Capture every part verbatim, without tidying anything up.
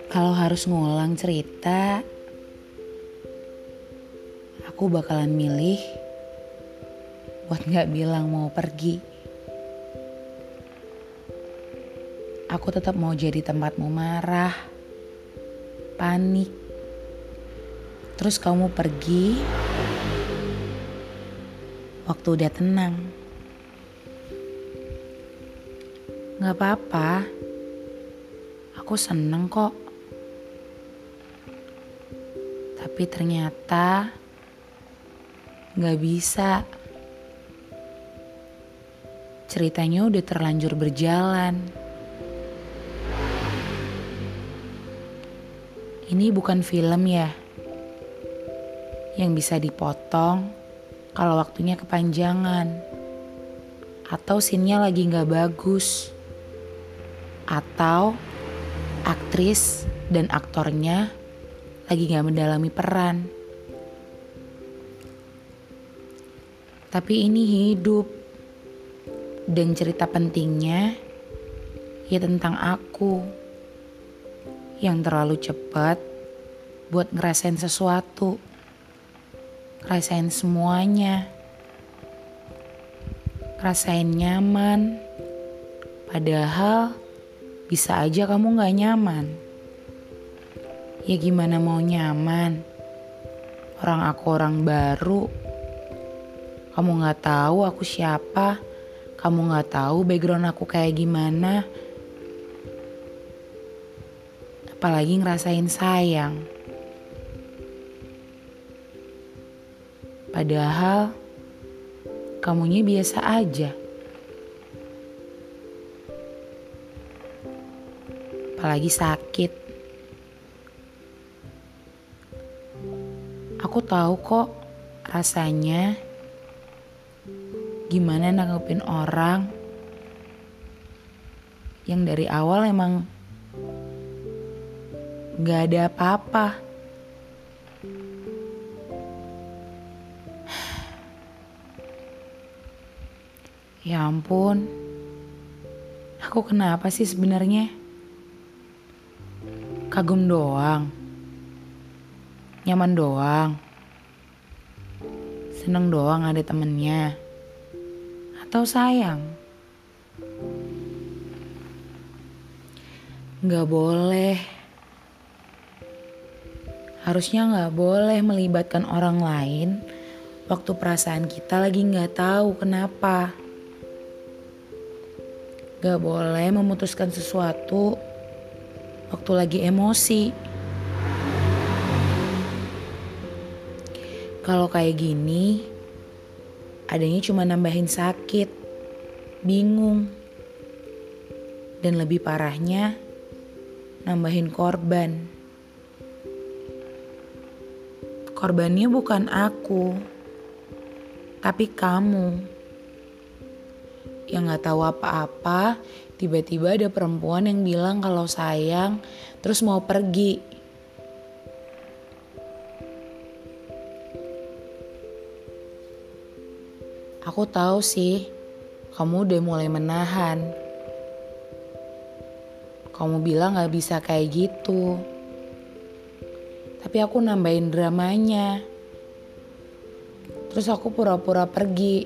Kalau harus ngulang cerita, aku bakalan milih buat gak bilang mau pergi. Aku tetap mau jadi tempatmu marah, panik. Terus kamu pergi waktu udah tenang. Gak apa-apa, aku seneng kok. Tapi ternyata gak bisa. Ceritanya udah terlanjur berjalan. Ini bukan film ya, yang bisa dipotong kalau waktunya kepanjangan. Atau scene-nya lagi gak bagus. Atau aktris dan aktornya lagi gak mendalami peran. Tapi ini hidup. Dan cerita pentingnya ya tentang aku yang terlalu cepat buat ngerasain sesuatu. Ngerasain semuanya. Ngerasain nyaman. Padahal bisa aja kamu gak nyaman. Ya gimana mau nyaman? Orang aku orang baru. Kamu gak tahu aku siapa. Kamu gak tahu background aku kayak gimana. Apalagi ngerasain sayang. Padahal kamunya biasa aja. Apalagi sakit. Aku tahu kok rasanya gimana nanggepin orang yang dari awal emang gak ada apa-apa. Ya ampun, aku kenapa sih sebenarnya? Kagum doang, nyaman doang, seneng doang ada temennya, atau sayang? Gak boleh. Harusnya gak boleh melibatkan orang lain waktu perasaan kita lagi gak tahu kenapa. Gak boleh memutuskan sesuatu waktu lagi emosi. Kalau kayak gini, adanya cuma nambahin sakit, bingung, dan lebih parahnya nambahin korban. Korbannya bukan aku, tapi kamu. Yang gak tahu apa-apa, tiba-tiba ada perempuan yang bilang kalau sayang, terus mau pergi. Aku tahu sih, kamu udah mulai menahan. Kamu bilang gak bisa kayak gitu. Tapi aku nambahin dramanya. Terus aku pura-pura pergi.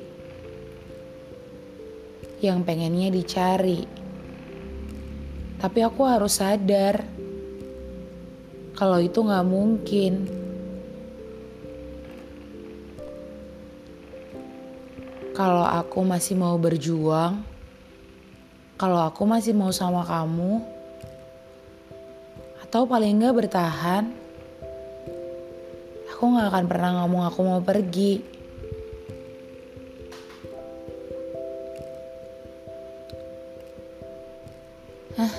Yang pengennya dicari. Tapi aku harus sadar kalau itu gak mungkin. Kalau aku masih mau berjuang, kalau aku masih mau sama kamu, atau paling gak bertahan, aku gak akan pernah ngomong aku mau pergi. Hah.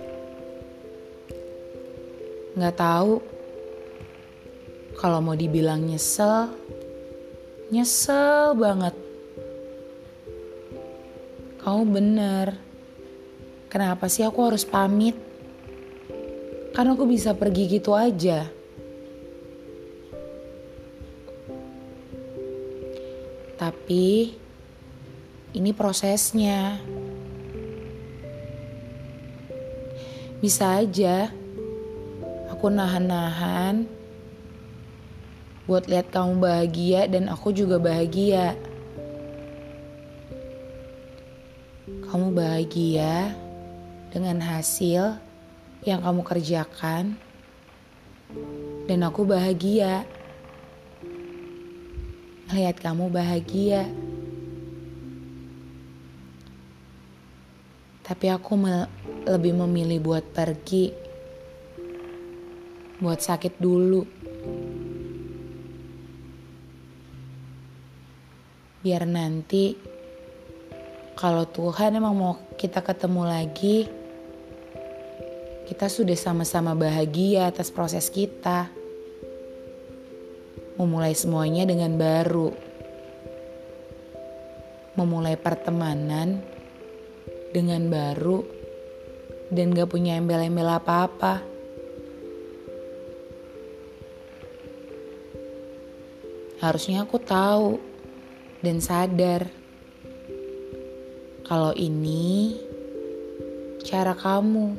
Gak tahu. Kalau mau dibilang nyesel, nyesel banget. Kamu bener. Kenapa sih aku harus pamit? Kan aku bisa pergi gitu aja. Tapi ini prosesnya. Bisa aja Aku nahan-nahan buat lihat kamu bahagia dan aku juga bahagia. Kamu bahagia dengan hasil yang kamu kerjakan dan aku bahagia melihat kamu bahagia. Tapi aku me- lebih memilih buat pergi, buat sakit dulu. Biar nanti kalau Tuhan emang mau kita ketemu lagi, kita sudah sama-sama bahagia atas proses kita. Memulai semuanya dengan baru. Memulai pertemanan dengan baru dan gak punya embel-embel apa-apa. Harusnya aku tahu dan sadar kalau ini cara kamu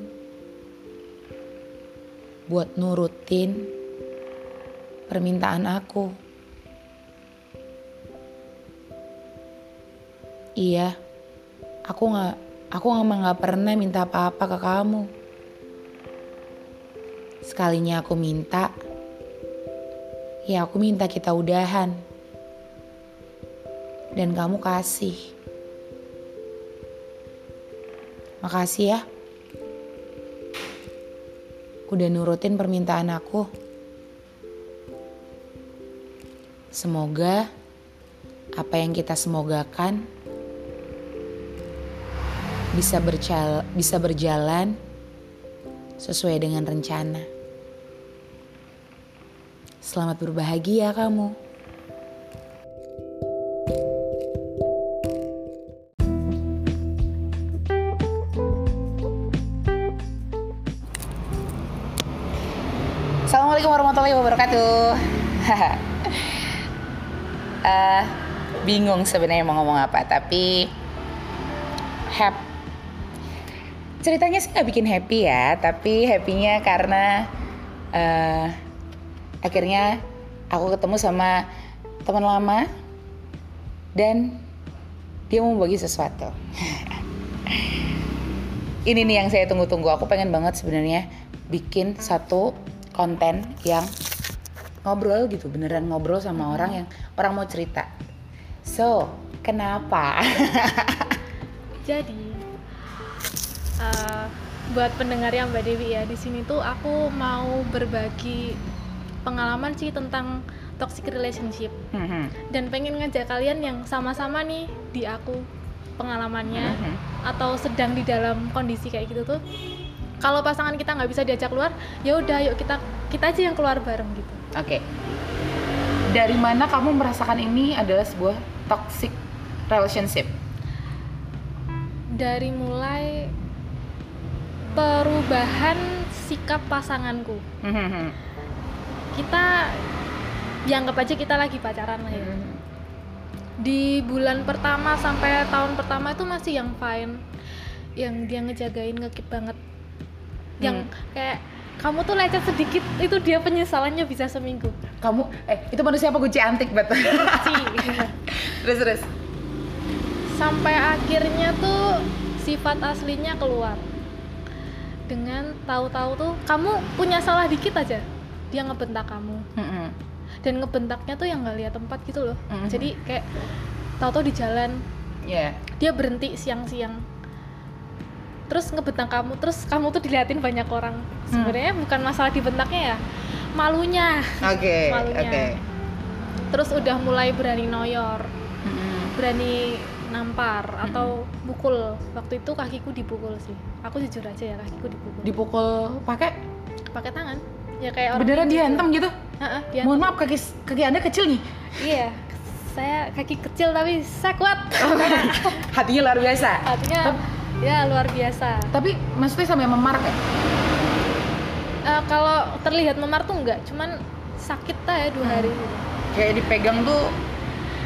buat nurutin permintaan aku. Iya, aku gak, aku emang gak pernah minta apa-apa ke kamu. Sekalinya aku minta, ya aku minta kita udahan. Dan kamu kasih. Makasih ya. Udah nurutin permintaan aku. Semoga apa yang kita semogakan bisa berjalan, bisa berjalan sesuai dengan rencana. Selamat berbahagia kamu. Assalamualaikum warahmatullahi wabarakatuh. uh, bingung sebenarnya mau ngomong apa, tapi happy. Ceritanya sih nggak bikin happy ya, tapi happynya karena uh, akhirnya aku ketemu sama teman lama dan dia mau bagi sesuatu. Ini nih yang saya tunggu-tunggu. Aku pengen banget sebenarnya bikin satu konten yang ngobrol gitu, beneran ngobrol sama orang yang orang mau cerita. So, kenapa? Jadi uh, buat pendengar yang Mbak Dewi ya, di sini tuh aku mau berbagi pengalaman sih tentang toxic relationship. Mm-hmm. Dan pengen ngajak kalian yang sama-sama nih di aku pengalamannya, mm-hmm. atau sedang di dalam kondisi kayak gitu tuh. Kalau pasangan kita nggak bisa diajak keluar, ya udah yuk kita kita aja yang keluar bareng gitu. Oke. Okay. Dari mana kamu merasakan ini adalah sebuah toxic relationship? Dari mulai perubahan sikap pasanganku. Mm-hmm. Kita dianggap aja kita lagi pacaran lah ya. Mm-hmm. Di bulan pertama sampai tahun pertama itu masih yang fine, yang dia ngejagain ngekip banget. Yang hmm. kayak kamu tuh lecet sedikit itu dia penyesalannya bisa seminggu. Kamu eh itu manusia apa guci antik betul? terus terus sampai akhirnya tuh sifat aslinya keluar. Dengan tahu-tahu tuh kamu punya salah dikit aja dia ngebentak kamu. Mm-hmm. Dan ngebentaknya tuh yang nggak lihat tempat gitu loh. Mm-hmm. Jadi kayak tahu-tahu di jalan, yeah. dia berhenti siang-siang. Terus ngebentak kamu, terus kamu tuh diliatin banyak orang. Sebenarnya hmm. bukan masalah dibentaknya ya, malunya. Oke. Okay, malunya. Okay. Terus udah mulai berani noyor, hmm. berani nampar hmm. atau pukul. Waktu itu kakiku dipukul sih. Aku jujur aja ya kakiku dipukul. Dipukul pakai? Pakai tangan. Ya kayak orang. Beneran dihantam gitu? Uh-uh, Mohon maaf kaki kaki Anda kecil nih. Iya. Saya kaki kecil tapi saya kuat. Hatinya luar biasa. Hatinya. Tapi, ya luar biasa. Tapi maksudnya sampai memar kan? Uh, kalau terlihat memar tuh enggak, cuman sakit ta ya dua hmm. hari gitu. Kayak dipegang tuh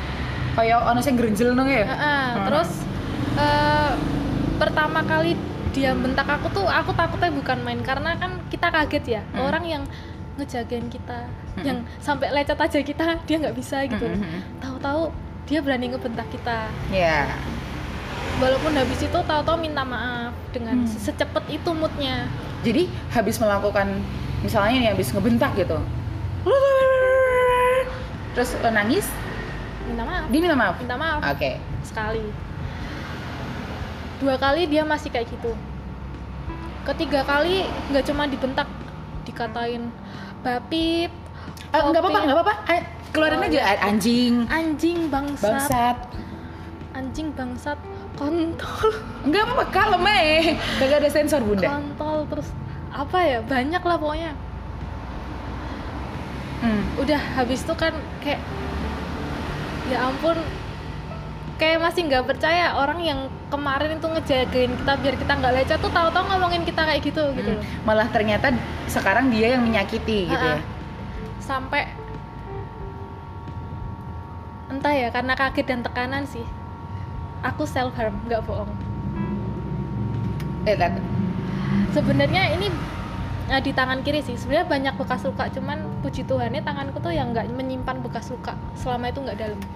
kayak manusia gerenjel nong ya? Uh-uh. Hmm. Terus uh, pertama kali dia bentak aku tuh aku takutnya bukan main, karena kan kita kaget ya, hmm. orang yang ngejagain kita, hmm. yang sampai lecet aja kita dia nggak bisa gitu, hmm. tahu-tahu dia berani ngebentak kita. Iya. Yeah. Walaupun habis itu tahu-tahu minta maaf dengan hmm. secepat itu moodnya. Jadi habis melakukan misalnya nih habis ngebentak gitu, terus nangis, minta maaf. Dia minta maaf. Minta maaf. Oke. Okay. Sekali. Dua kali dia masih kayak gitu. Ketiga kali nggak cuma dibentak, dikatain bapip. Uh, nggak apa-apa, nggak apa-apa. Keluarin oh, aja ya. anjing. Anjing bangsat. Bangsat. Anjing bangsat. Kontol. Enggak apa-apa, kalem eh. Kagak ada sensor bunda. Kontol terus apa ya? Banyak lah pokoknya. Hmm. Udah habis itu kan kayak ya ampun, kayak masih nggak percaya orang yang kemarin itu ngejagain kita biar kita nggak lecet tuh tahu-tahu ngomongin kita kayak gitu hmm. gitu. Malah ternyata sekarang dia yang menyakiti gitu ya. Sampai entah ya karena kaget dan tekanan sih. Aku self harm, nggak bohong. Eh, kan? Sebenarnya ini nah, di tangan kiri sih. Sebenarnya banyak bekas luka, cuman puji Tuhannya tanganku tuh yang nggak menyimpan bekas luka. Selama itu nggak dalam.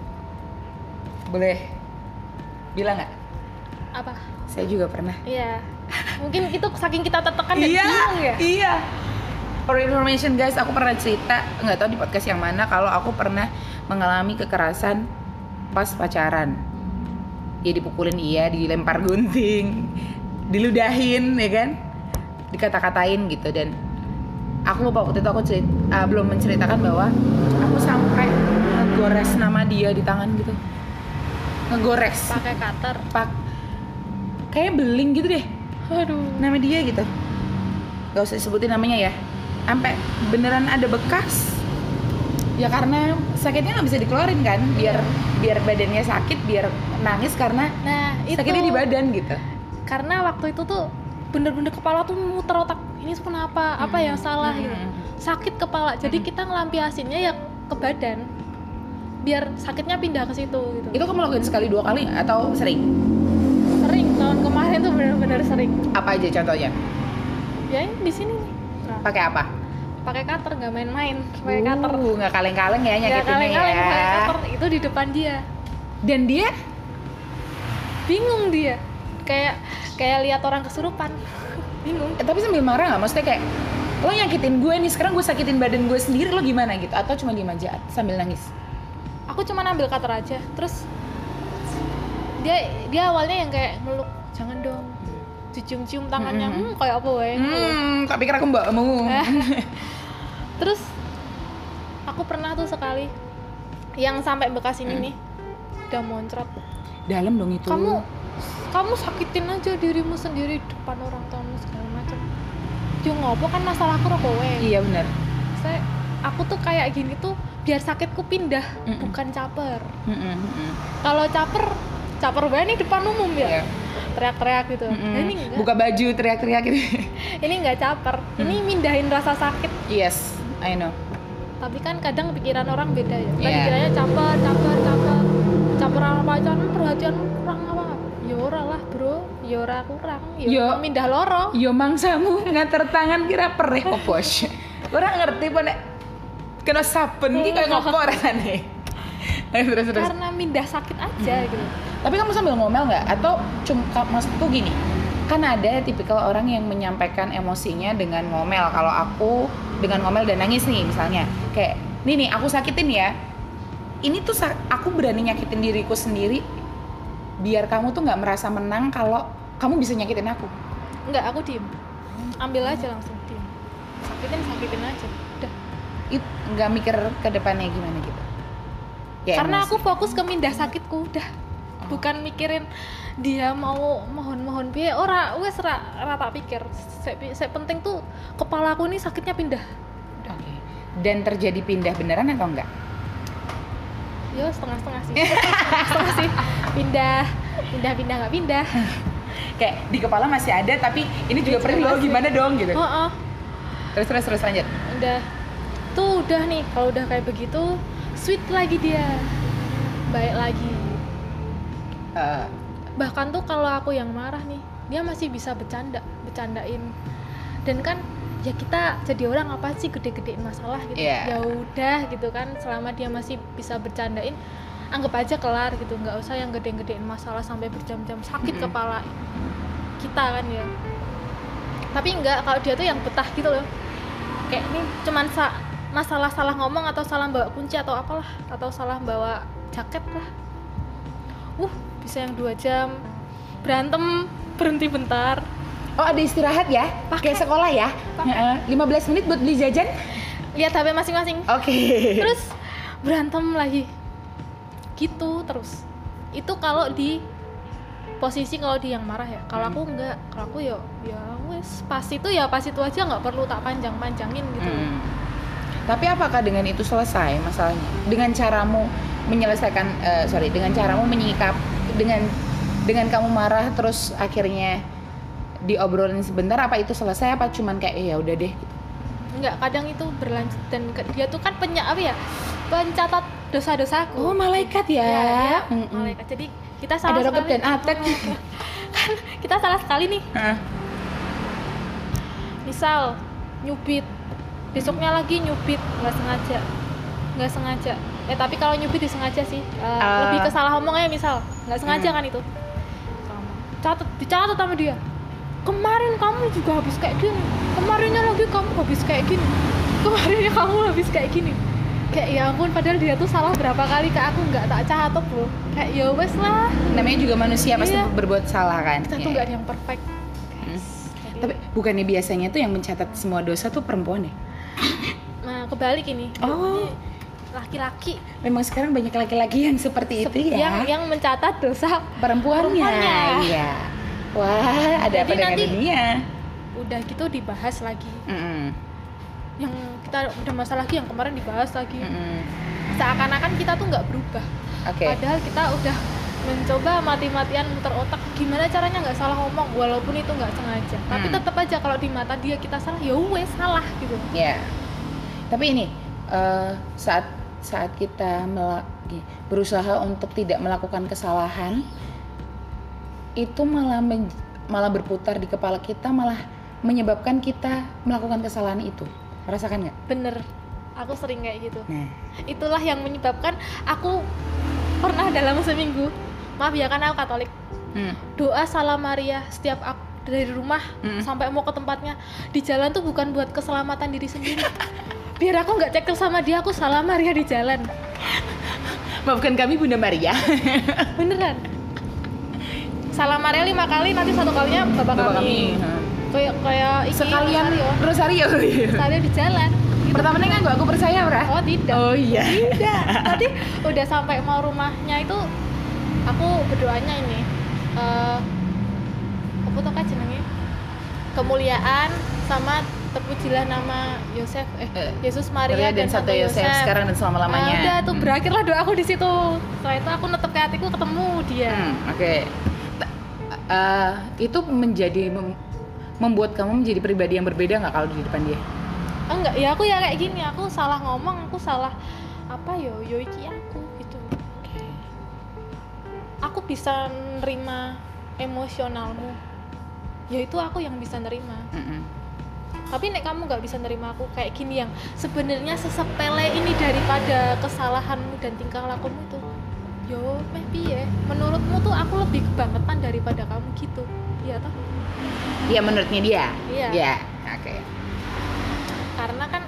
Boleh bilang nggak? Apa? Saya juga pernah. Iya. Mungkin itu saking kita tertekan dan iya, bingung ya. Iya. For information guys, aku pernah cerita, nggak tahu di podcast yang mana, kalau aku pernah mengalami kekerasan pas pacaran. Ya dipukulin iya, dilempar gunting, diludahin ya kan, dikata-katain gitu. Dan aku lupa waktu itu aku cerit, uh, belum menceritakan bahwa aku sampai ngegores nama dia di tangan gitu, ngegores pakai cutter, pak kayak beling gitu deh. Aduh, nama dia gitu, gak usah disebutin namanya ya, sampai beneran ada bekas. Ya karena sakitnya nggak bisa dikeluarin kan, biar biar badannya sakit, biar nangis karena nah, sakitnya itu. di badan gitu. Karena waktu itu tuh bener-bener kepala tuh muter otak, ini kenapa, apa hmm. yang salah hmm. gitu, sakit kepala. Jadi hmm. kita ngelampiasinnya ya ke badan, biar sakitnya pindah ke situ gitu. Itu kamu lakuin sekali dua kali atau sering? Sering, tahun kemarin tuh bener-bener sering. Apa aja contohnya? Ya ini di sini nih. Nah. Pakai apa? Pakai cutter, nggak main-main, pakai uh, cutter. Nggak kaleng-kaleng ya nyakitinnya ya. Nggak kaleng-kaleng, pakai cutter itu di depan dia. Dan dia bingung dia, kayak kayak lihat orang kesurupan, bingung. Eh, tapi sambil marah nggak? Maksudnya kayak lo nyakitin gue nih, sekarang gue sakitin badan gue sendiri, lo gimana gitu? Atau cuma diem aja sambil nangis? Aku cuma ambil cutter aja, terus dia dia awalnya yang kayak meluk, jangan dong, dicium-cium tangannya, hmm, hmm kayak apa weh? Hmm, tak pikir aku mbakmu. Terus aku pernah tuh sekali yang sampai bekas ini hmm. nih, udah moncrot. Dalam dong itu. Kamu kamu sakitin aja dirimu sendiri depan orang tuamu segala macam. Yo ngopo kan masalahku karo kowe. Iya benar. Saya aku tuh kayak gini tuh biar sakitku pindah, Mm-mm. bukan caper. Mm-mm. Kalau caper, caper banget nih depan umum ya. Yeah. Teriak-teriak gitu. Nah, ini enggak. Buka baju teriak-teriak gitu. Ini enggak caper. Mm. Ini mindahin rasa sakit. Yes, I know. Tapi kan kadang pikiran orang beda ya. Kan yeah. pikirannya caper, caper, caper. Caper sama pacaran perhatian kurang apa? Ya ora lah, Bro. Ya ora kurang. Ya mindah loro. Yo mangsamu ngater tangan kira pereh opos. Ora ngerti po nek kena saben iki kayak ngopo rasane. Terus terus. Karena mindah sakit aja hmm. gitu. Tapi kamu sambil ngomel nggak? Atau cuma maksudku gini, kan ada tipikal orang yang menyampaikan emosinya dengan ngomel. Kalau aku dengan ngomel dan nangis nih misalnya, kayak nih nih aku sakitin ya. Ini tuh aku berani nyakitin diriku sendiri, biar kamu tuh nggak merasa menang kalau kamu bisa nyakitin aku. Nggak, aku diem, ambil aja langsung diem, sakitin sakitin aja, udah. It nggak mikir ke depannya gimana gitu. Ya, karena emosi. aku fokus ke mindah sakitku udah. Bukan mikirin dia mau mohon-mohon piye ora wes ora ora tak pikir. Saya penting tuh kepalaku ini sakitnya pindah. Oke. Okay. Dan terjadi pindah beneran atau enggak? Yo setengah-setengah sih. Setengah sih. Pindah, pindah pindah enggak pindah. Kayak di kepala masih ada tapi ini juga perih loh gimana dong gitu. Heeh. Terus terus terus lanjut. Udah. Tuh udah nih kalau udah kayak begitu sweet lagi dia. Baik lagi. Uh, bahkan tuh kalau aku yang marah nih dia masih bisa bercanda bercandain. Dan kan ya kita jadi orang apa sih gede-gedein masalah gitu. Yeah. Ya udah gitu kan, selama dia masih bisa bercandain anggap aja kelar gitu, nggak usah yang gede-gedein masalah sampai berjam-jam sakit mm-hmm. kepala kita kan ya. Tapi enggak, kalau dia tuh yang betah gitu loh, kayak ini cuman sa- masalah salah ngomong atau salah bawa kunci atau apalah, atau salah bawa jaket lah, uh bisa yang dua jam berantem berhenti bentar. Oh ada istirahat ya? Pakai sekolah ya? Pake. lima belas menit buat beli jajan? Lihat H P masing-masing. Oke. Okay. Terus berantem lagi gitu terus. Itu kalau di posisi kalau dia yang marah ya. Kalau hmm. aku enggak, kalau aku ya ya wes pas itu ya pas itu aja, nggak perlu tak panjang-panjangin gitu. Hmm. Tapi apakah dengan itu selesai masalahnya? Dengan caramu menyelesaikan uh, sorry, dengan caramu menyikap dengan dengan kamu marah terus akhirnya diobrolin sebentar, apa itu selesai apa cuman kayak ya udah deh gitu? Enggak, kadang itu berlanjut dan dia tuh kan penya apa ya? Pencatat dosa-dosaku. Oh, malaikat ya. Ya, ya malaikat. Jadi kita salah ada sekali. Ada dan atek. Kan kita salah sekali nih. Huh? Misal nyubit, besoknya lagi nyubit nggak sengaja, nggak sengaja. Eh tapi kalau nyubit disengaja sih. Uh, uh. Lebih ke salah ngomongnya misal, nggak sengaja hmm. kan itu. Catat, dicatat sama dia. Kemarin kamu juga habis kayak gini. Kemarinnya lagi kamu habis kayak gini. Kemarinnya kamu habis kayak gini. Kayak ya ampun, padahal dia tuh salah berapa kali ke aku nggak tak catat loh. Kayak ya wes lah. Namanya juga manusia, pasti iya. berbuat salah kan. Kita tuh nggak ada yang perfect. Hmm. Tapi bukannya biasanya tuh yang mencatat semua dosa tuh perempuan ya? Nah kebalik ini. Oh. Laki-laki. Memang sekarang banyak laki-laki yang seperti Se- itu ya. Yang yang mencatat dosa perempuannya. perempuannya. Iya. Wah, ada apa dengan dunia? Udah gitu dibahas lagi. Mm-hmm. Yang kita udah masalah lagi, yang kemarin dibahas lagi. Mm-hmm. Seakan-akan kita tuh nggak berubah. Okay. Padahal kita udah mencoba mati-matian muter otak gimana caranya nggak salah ngomong walaupun itu nggak sengaja. Mm. Tapi tetap aja kalau di mata dia kita salah, ya wes salah gitu. Iya. Yeah. Tapi ini uh, saat saat kita mel- berusaha untuk tidak melakukan kesalahan, itu malah men- malah berputar di kepala kita, malah menyebabkan kita melakukan kesalahan itu. Rasakan nggak? Bener, aku sering kayak gitu. Nah. Itulah yang menyebabkan aku pernah dalam seminggu, maaf ya kan aku Katolik, hmm. doa Salam Maria setiap aku dari rumah hmm. sampai mau ke tempatnya, di jalan tuh bukan buat keselamatan diri sendiri. Biar aku nggak cekcok sama dia, aku Salam Maria di jalan. Maafkan kami Bunda Maria. Beneran. Salam Maria lima kali, nanti satu kalinya Bapak, Bapak kami. kami. Kayak kayak sekalian Rosario. Rosario di jalan. Gitu. Pertamanya kan gua aku percaya, Bra. Oh, tidak. Oh iya. Tidak. Tadi udah sampai mau rumahnya itu aku berdoanya ini. Eh uh, apa tuh kan jenenge? Kemuliaan sama terpujilah nama Yosef eh uh, Yesus Maria, Maria dan, dan Santo Yosef sekarang dan selama-lamanya. Uh, udah tuh hmm. berakhirlah doa aku di situ. Setelah itu aku netep ke hatiku ketemu dia. Hmm, oke. Okay. Uh, itu menjadi mem- membuat kamu menjadi pribadi yang berbeda nggak kalau di depan dia? Enggak, ya aku ya kayak gini, aku salah ngomong, aku salah apa yo yo iki aku gitu. Okay. Aku bisa nerima emosionalmu, ya itu aku yang bisa nerima. Mm-hmm. Tapi nek kamu nggak bisa nerima aku kayak gini yang sebenarnya sesepele ini daripada kesalahanmu dan tingkah lakumu itu, yo maybe ya menurutmu tuh aku lebih kebangetan daripada kamu gitu, iya toh? Iya menurutnya dia. Iya. Ya, oke. Okay. Karena kan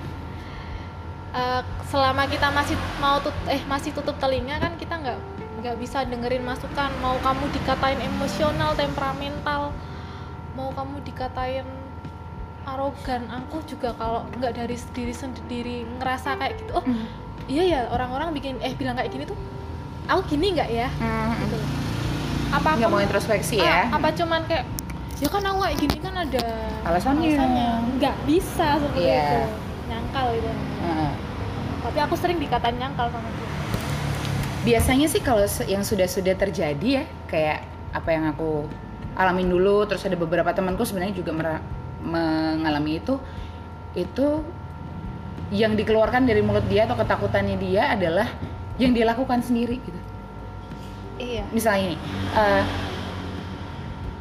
uh, selama kita masih mau tut eh masih tutup telinga kan kita nggak nggak bisa dengerin masukan. Mau kamu dikatain emosional, temperamental, mau kamu dikatain arogan, aku juga kalau nggak dari diri sendiri ngerasa kayak gitu, oh mm. iya ya orang-orang bikin eh bilang kayak gini tuh, aku gini nggak ya? Mm. Gitu. Apa nggak mau introspeksi ah, ya? Apa cuman kayak ya kan aku kayak gini kan ada alasannya, alasannya. Nggak bisa seperti yeah. itu, nyangkal gitu. Uh. Tapi aku sering dikatain nyangkal sama dia. Biasanya sih kalau yang sudah-sudah terjadi ya, kayak apa yang aku alamin dulu, terus ada beberapa temanku sebenarnya juga mer- mengalami itu, itu yang dikeluarkan dari mulut dia atau ketakutannya dia adalah yang dia lakukan sendiri gitu. Iya. Misalnya ini. Uh,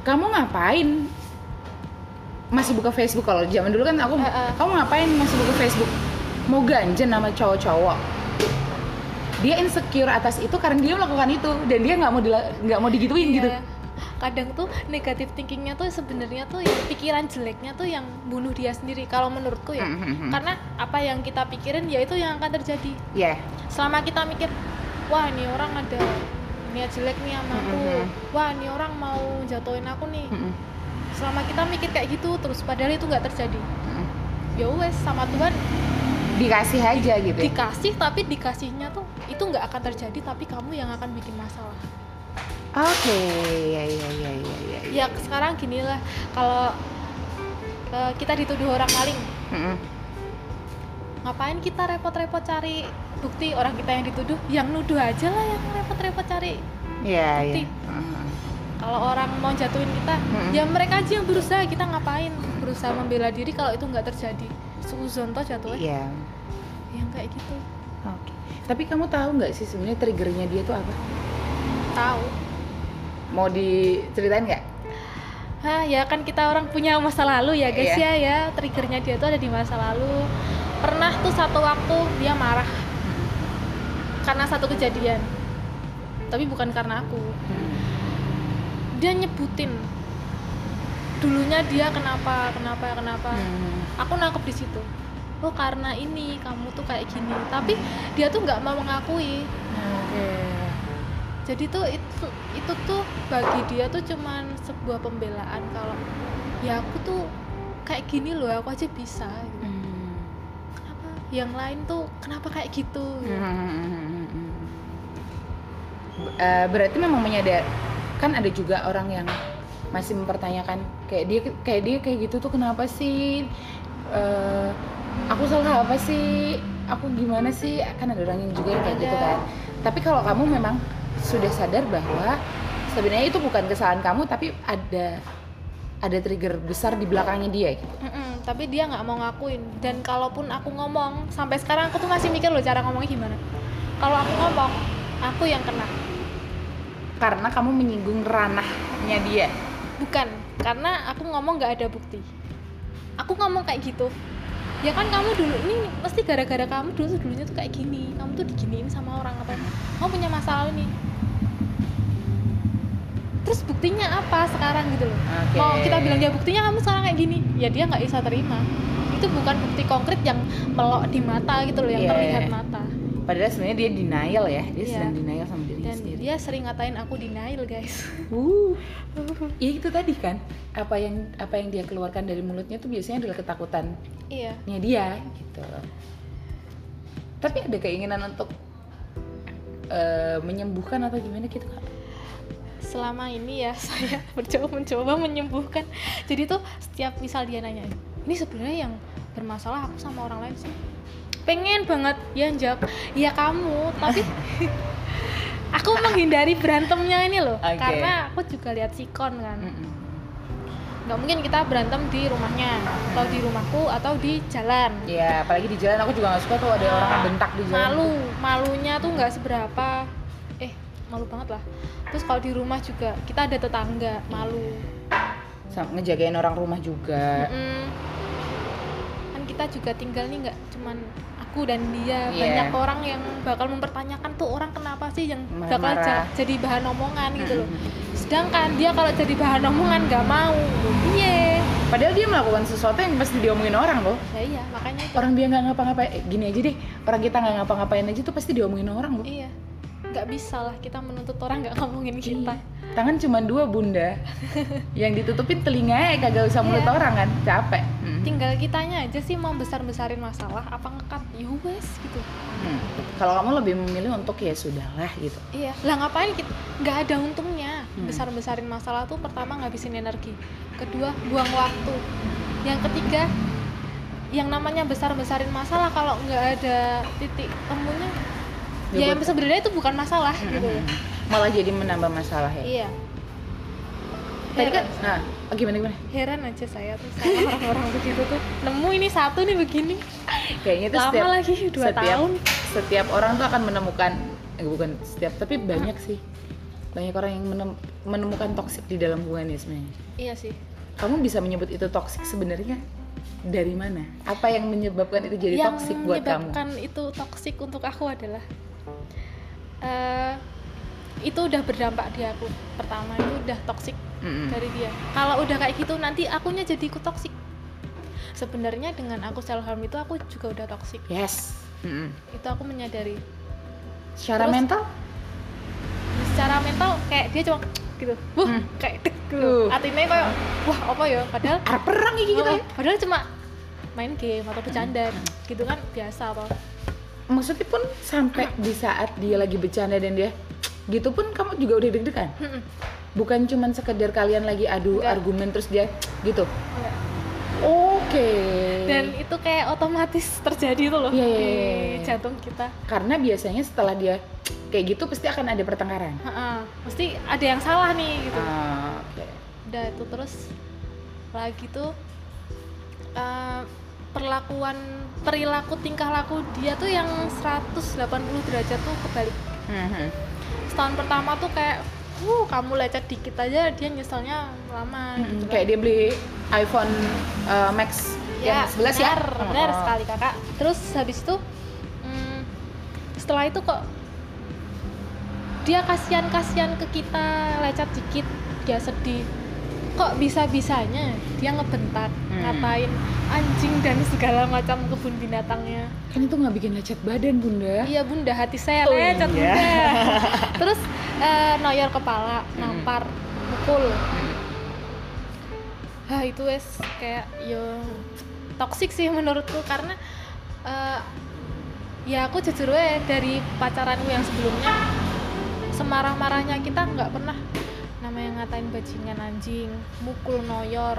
kamu ngapain masih buka Facebook? Kalau zaman dulu kan aku, uh, uh. kamu ngapain masih buka Facebook? Mau ganjen sama cowok-cowok? Dia insecure atas itu karena dia melakukan itu dan dia nggak mau nggak mau digituin, yeah. gitu. Kadang tuh negatif thinkingnya tuh sebenarnya tuh ya, pikiran jeleknya tuh yang bunuh dia sendiri kalau menurutku ya. Mm-hmm. Karena apa yang kita pikirin ya itu yang akan terjadi. Yeah. Selama kita mikir, wah ini orang ada niat jelek nih sama aku, mm-hmm. wah ini orang mau jatuhin aku nih. Mm-hmm. Selama kita mikir kayak gitu terus padahal itu nggak terjadi. Mm-hmm. Ya wes sama Tuhan dikasih aja gitu. Dikasih tapi dikasihnya tuh itu nggak akan terjadi tapi kamu yang akan bikin masalah. Oke, okay. ya, ya, ya, ya, ya, ya. Ya sekarang gini lah, kalau uh, kita dituduh orang maling, mm-hmm. ngapain kita repot-repot cari bukti orang kita yang dituduh? Yang nuduh aja lah yang repot-repot cari yeah, bukti. Yeah. Uh-huh. Kalau orang mau jatuhin kita, mm-hmm. ya mereka aja yang berusaha. Kita ngapain berusaha membela diri kalau itu nggak terjadi? Suzon toh jatuh. Iya. Yeah. Yang kayak gitu. Oke. Okay. Tapi kamu tahu nggak sih sebenarnya triggernya dia tuh apa? Tahu. Mau diceritain nggak? Hah, ya kan kita orang punya masa lalu ya guys, yeah. ya ya triggernya dia tuh ada di masa lalu. Pernah tuh satu waktu dia marah karena satu kejadian, tapi bukan karena aku. Dia nyebutin dulunya dia kenapa kenapa kenapa. Hmm. Aku nangkep di situ. Oh karena ini kamu tuh kayak gini, tapi dia tuh nggak mau mengakui. Okay. Jadi tuh itu itu tuh bagi dia tuh cuman sebuah pembelaan kalau ya aku tuh kayak gini loh, aku aja bisa gitu. Hmm. Kenapa yang lain tuh kenapa kayak gitu? Hmm. Uh, berarti memang menyadar kan ada juga orang yang masih mempertanyakan kayak dia kayak dia kayak gitu tuh kenapa sih? Uh, aku salah apa sih? Aku gimana sih? Kan ada orang yang juga yang kayak ada. Gitu kan. Tapi kalau kamu memang sudah sadar bahwa sebenarnya itu bukan kesalahan kamu tapi ada ada trigger besar di belakangnya dia gitu. Mm-mm, tapi dia nggak mau ngakuin dan kalaupun aku ngomong sampai sekarang aku tuh masih mikir loh cara ngomongnya gimana. Kalau aku ngomong aku yang kena karena kamu menyinggung ranahnya dia. Bukan, karena aku ngomong nggak ada bukti. Aku ngomong kayak gitu ya kan kamu dulu ini mesti gara-gara kamu dulu tuh dulunya tuh kayak gini, kamu tuh diginiin sama orang apa, kamu punya masalah nih. Terus buktinya apa sekarang gitu loh? Okay. Mau kita bilang dia buktinya kamu sekarang kayak gini, ya dia nggak bisa terima. Itu bukan bukti konkret yang melok di mata gitu loh, yang yeah. terlihat mata. Padahal sebenarnya dia denial ya, dia yeah. sedang denial sama dirinya dan sendiri. Dia sering ngatain aku denial guys. Uh, ya itu tadi kan, apa yang apa yang dia keluarkan dari mulutnya tuh biasanya adalah ketakutan. Iya. Yeah. dia gitu. Tapi ada keinginan untuk uh, menyembuhkan atau gimana gitu kan? Selama ini ya saya mencoba mencoba menyembuhkan. Jadi tuh setiap misal dia nanya, ini sebenarnya yang bermasalah aku sama orang lain sih. Pengen banget ya jawab, ya kamu, tapi aku menghindari berantemnya ini loh, okay. Karena aku juga lihat sikon kan. Mm-mm. Nggak mungkin kita berantem di rumahnya, atau di rumahku, atau di jalan. Iya, apalagi di jalan aku juga nggak suka tuh ada nah, orang bentak di jalan. Malu, malunya tuh nggak seberapa, eh malu banget lah. Terus kalau di rumah juga kita ada tetangga, malu. Sama ngejagain orang rumah juga. Mm-mm. Kan kita juga tinggal nih nggak cuman aku dan dia, yeah. Banyak orang yang bakal mempertanyakan tuh orang kenapa sih yang bakal j- jadi bahan omongan gitu loh. Sedangkan dia kalau jadi bahan omongan nggak mau, iya. Padahal dia melakukan sesuatu yang pasti diomongin orang loh. Ya iya, makanya itu. Orang dia nggak ngapa-ngapain, eh, gini aja deh, orang kita nggak ngapa-ngapain aja tuh pasti diomongin orang loh. Iya, nggak bisa lah kita menuntut orang nggak ngomongin kita. Tangan cuma dua bunda, yang ditutupin telinganya kagak usah mulut yeah. orang kan, capek. Hmm. Tinggal kitanya aja sih mau besar-besarin masalah, apa ngekat, yowes gitu. Hmm. Kalau kamu lebih memilih untuk ya sudahlah gitu. Iya, lah ngapain kita, nggak ada untungnya. Hmm. Besar-besarin masalah tuh pertama ngabisin energi, kedua buang waktu, yang ketiga yang namanya besar-besarin masalah kalau nggak ada titik temunya, ya, ya yang sebenarnya itu bukan masalah hmm. gitu. Malah jadi menambah masalah ya. Iya. Tadi kan, nah gimana gimana? Heran aja saya tuh sama orang-orang begitu tuh. Nemu ini satu nih begini. Kayaknya itu lama setiap, lagi dua setiap, tahun. Setiap orang tuh akan menemukan, eh, bukan setiap tapi banyak sih banyak orang yang menem- menemukan toksik di dalam hubungan ya sebenarnya. Iya sih. Kamu bisa menyebut itu toksik sebenarnya dari mana? Apa yang menyebabkan itu jadi yang toksik buat kamu? Yang menyebabkan itu toksik untuk aku adalah uh, itu udah berdampak di aku. Pertama itu udah toksik mm-hmm. dari dia. Kalau udah kayak gitu nanti akunya jadi ikut toksik. Sebenarnya dengan aku self harm itu aku juga udah toksik. Yes. Mm-hmm. Itu aku menyadari. Secara Terus, mental? Secara mental kayak dia cuma gitu. Wuh, hmm. kayak dek gitu. Uh. Artinya kayak wah apa ya? Padahal arep perang iki gitu. Oh, padahal cuma main game atau bercanda hmm. gitu kan biasa apa. Maksudnya pun sampai hmm. di saat dia lagi bercanda dan dia gitu pun kamu juga udah deg-degan? Hmm. Bukan cuma sekedar kalian lagi adu Enggak. argumen terus dia gitu? Enggak. Oke. Okay. Dan itu kayak otomatis terjadi tuh loh yeah, yeah, yeah. di jantung kita. Karena biasanya setelah dia kayak gitu pasti akan ada pertengkaran. Ha-ha. Pasti ada yang salah nih gitu. Ah, oke. Okay. Udah itu terus lagi tuh uh, perlakuan perilaku tingkah laku dia tuh yang seratus delapan puluh derajat tuh kebalik. Mm-hmm. Setahun pertama tuh kayak uh kamu lecet dikit aja dia nyeselnya lama mm-hmm. gitu. Kayak dia beli iPhone uh, Max ya, yang sebelas ya. Benar oh. sekali kakak. Terus habis itu hmm, setelah itu kok dia kasihan-kasihan ke kita lecet dikit dia sedih. Kok bisa-bisanya dia ngebentak, hmm. ngatain anjing dan segala macam kebun binatangnya. Kan itu nggak bikin lecet badan bunda? Iya bunda, hati saya oh, lecet iya. bunda. Terus uh, noyor kepala, hmm. nampar, mukul. Hah itu wes kayak yo toksik sih menurutku karena uh, ya aku jujur we dari pacaranku yang sebelumnya semarah-marahnya kita nggak pernah namanya ngatain bajingan anjing, mukul noyor,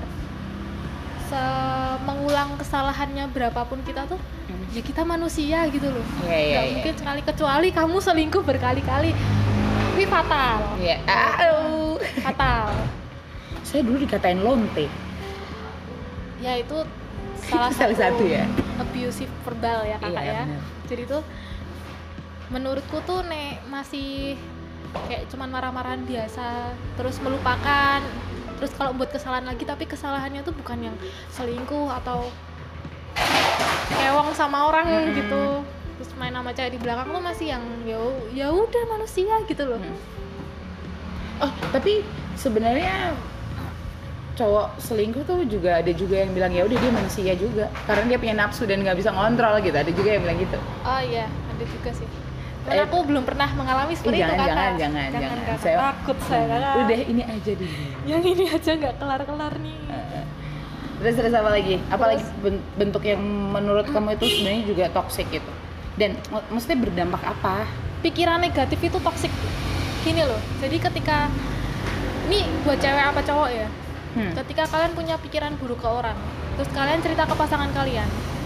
Se- mengulang kesalahannya berapapun kita tuh hmm. ya kita manusia gitu loh, yeah, yeah, nggak yeah. mungkin sekali kecuali kamu selingkuh berkali-kali, ini fatal, yeah. Aduh. fatal. Saya dulu dikatain lonte. Ya itu salah satu, satu ya? abusive verbal ya kakak iya, ya. Bener. Jadi tuh menurutku tuh nek masih kayak cuman marah-marahan biasa, terus melupakan, terus kalau buat kesalahan lagi tapi kesalahannya tuh bukan yang selingkuh atau kewong sama orang hmm. gitu, terus main sama cewek di belakang tuh masih yang ya ya udah manusia gitu loh. Hmm. Oh tapi sebenarnya cowok selingkuh tuh juga ada juga yang bilang ya udah dia manusia juga karena dia punya nafsu dan nggak bisa ngontrol gitu, ada juga yang bilang gitu. Oh iya ada juga sih. Dan eh, aku belum pernah mengalami seperti jangan, itu kakak. Jangan jangan jangan jangan. Saya takut saya kakak. Udah ini aja dulu. Yang ini aja nggak kelar-kelar nih. Uh, terus terus apa lagi? Apa lagi bentuk yang menurut kamu itu sebenarnya juga toksik gitu? Dan mak- maksudnya berdampak apa? Pikiran negatif itu toksik. Gini loh. Jadi ketika ini buat cewek apa cowok ya? Hmm. Ketika kalian punya pikiran buruk ke orang, terus kalian cerita ke pasangan kalian,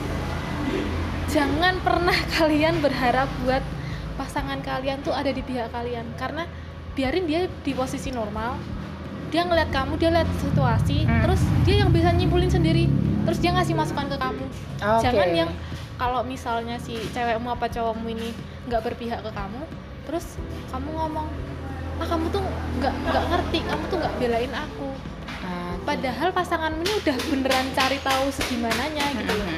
jangan pernah kalian berharap buat pasangan kalian tuh ada di pihak kalian, karena biarin dia di posisi normal, dia ngeliat kamu, dia lihat situasi, hmm. terus dia yang bisa nyimpulin sendiri, terus dia ngasih masukan ke kamu. Okay. Jangan yang kalau misalnya si cewekmu apa cowokmu ini nggak berpihak ke kamu, terus kamu ngomong, ah kamu tuh nggak nggak ngerti, kamu tuh nggak belain aku. Okay. Padahal pasanganmu ini udah beneran cari tahu segimananya gitu loh.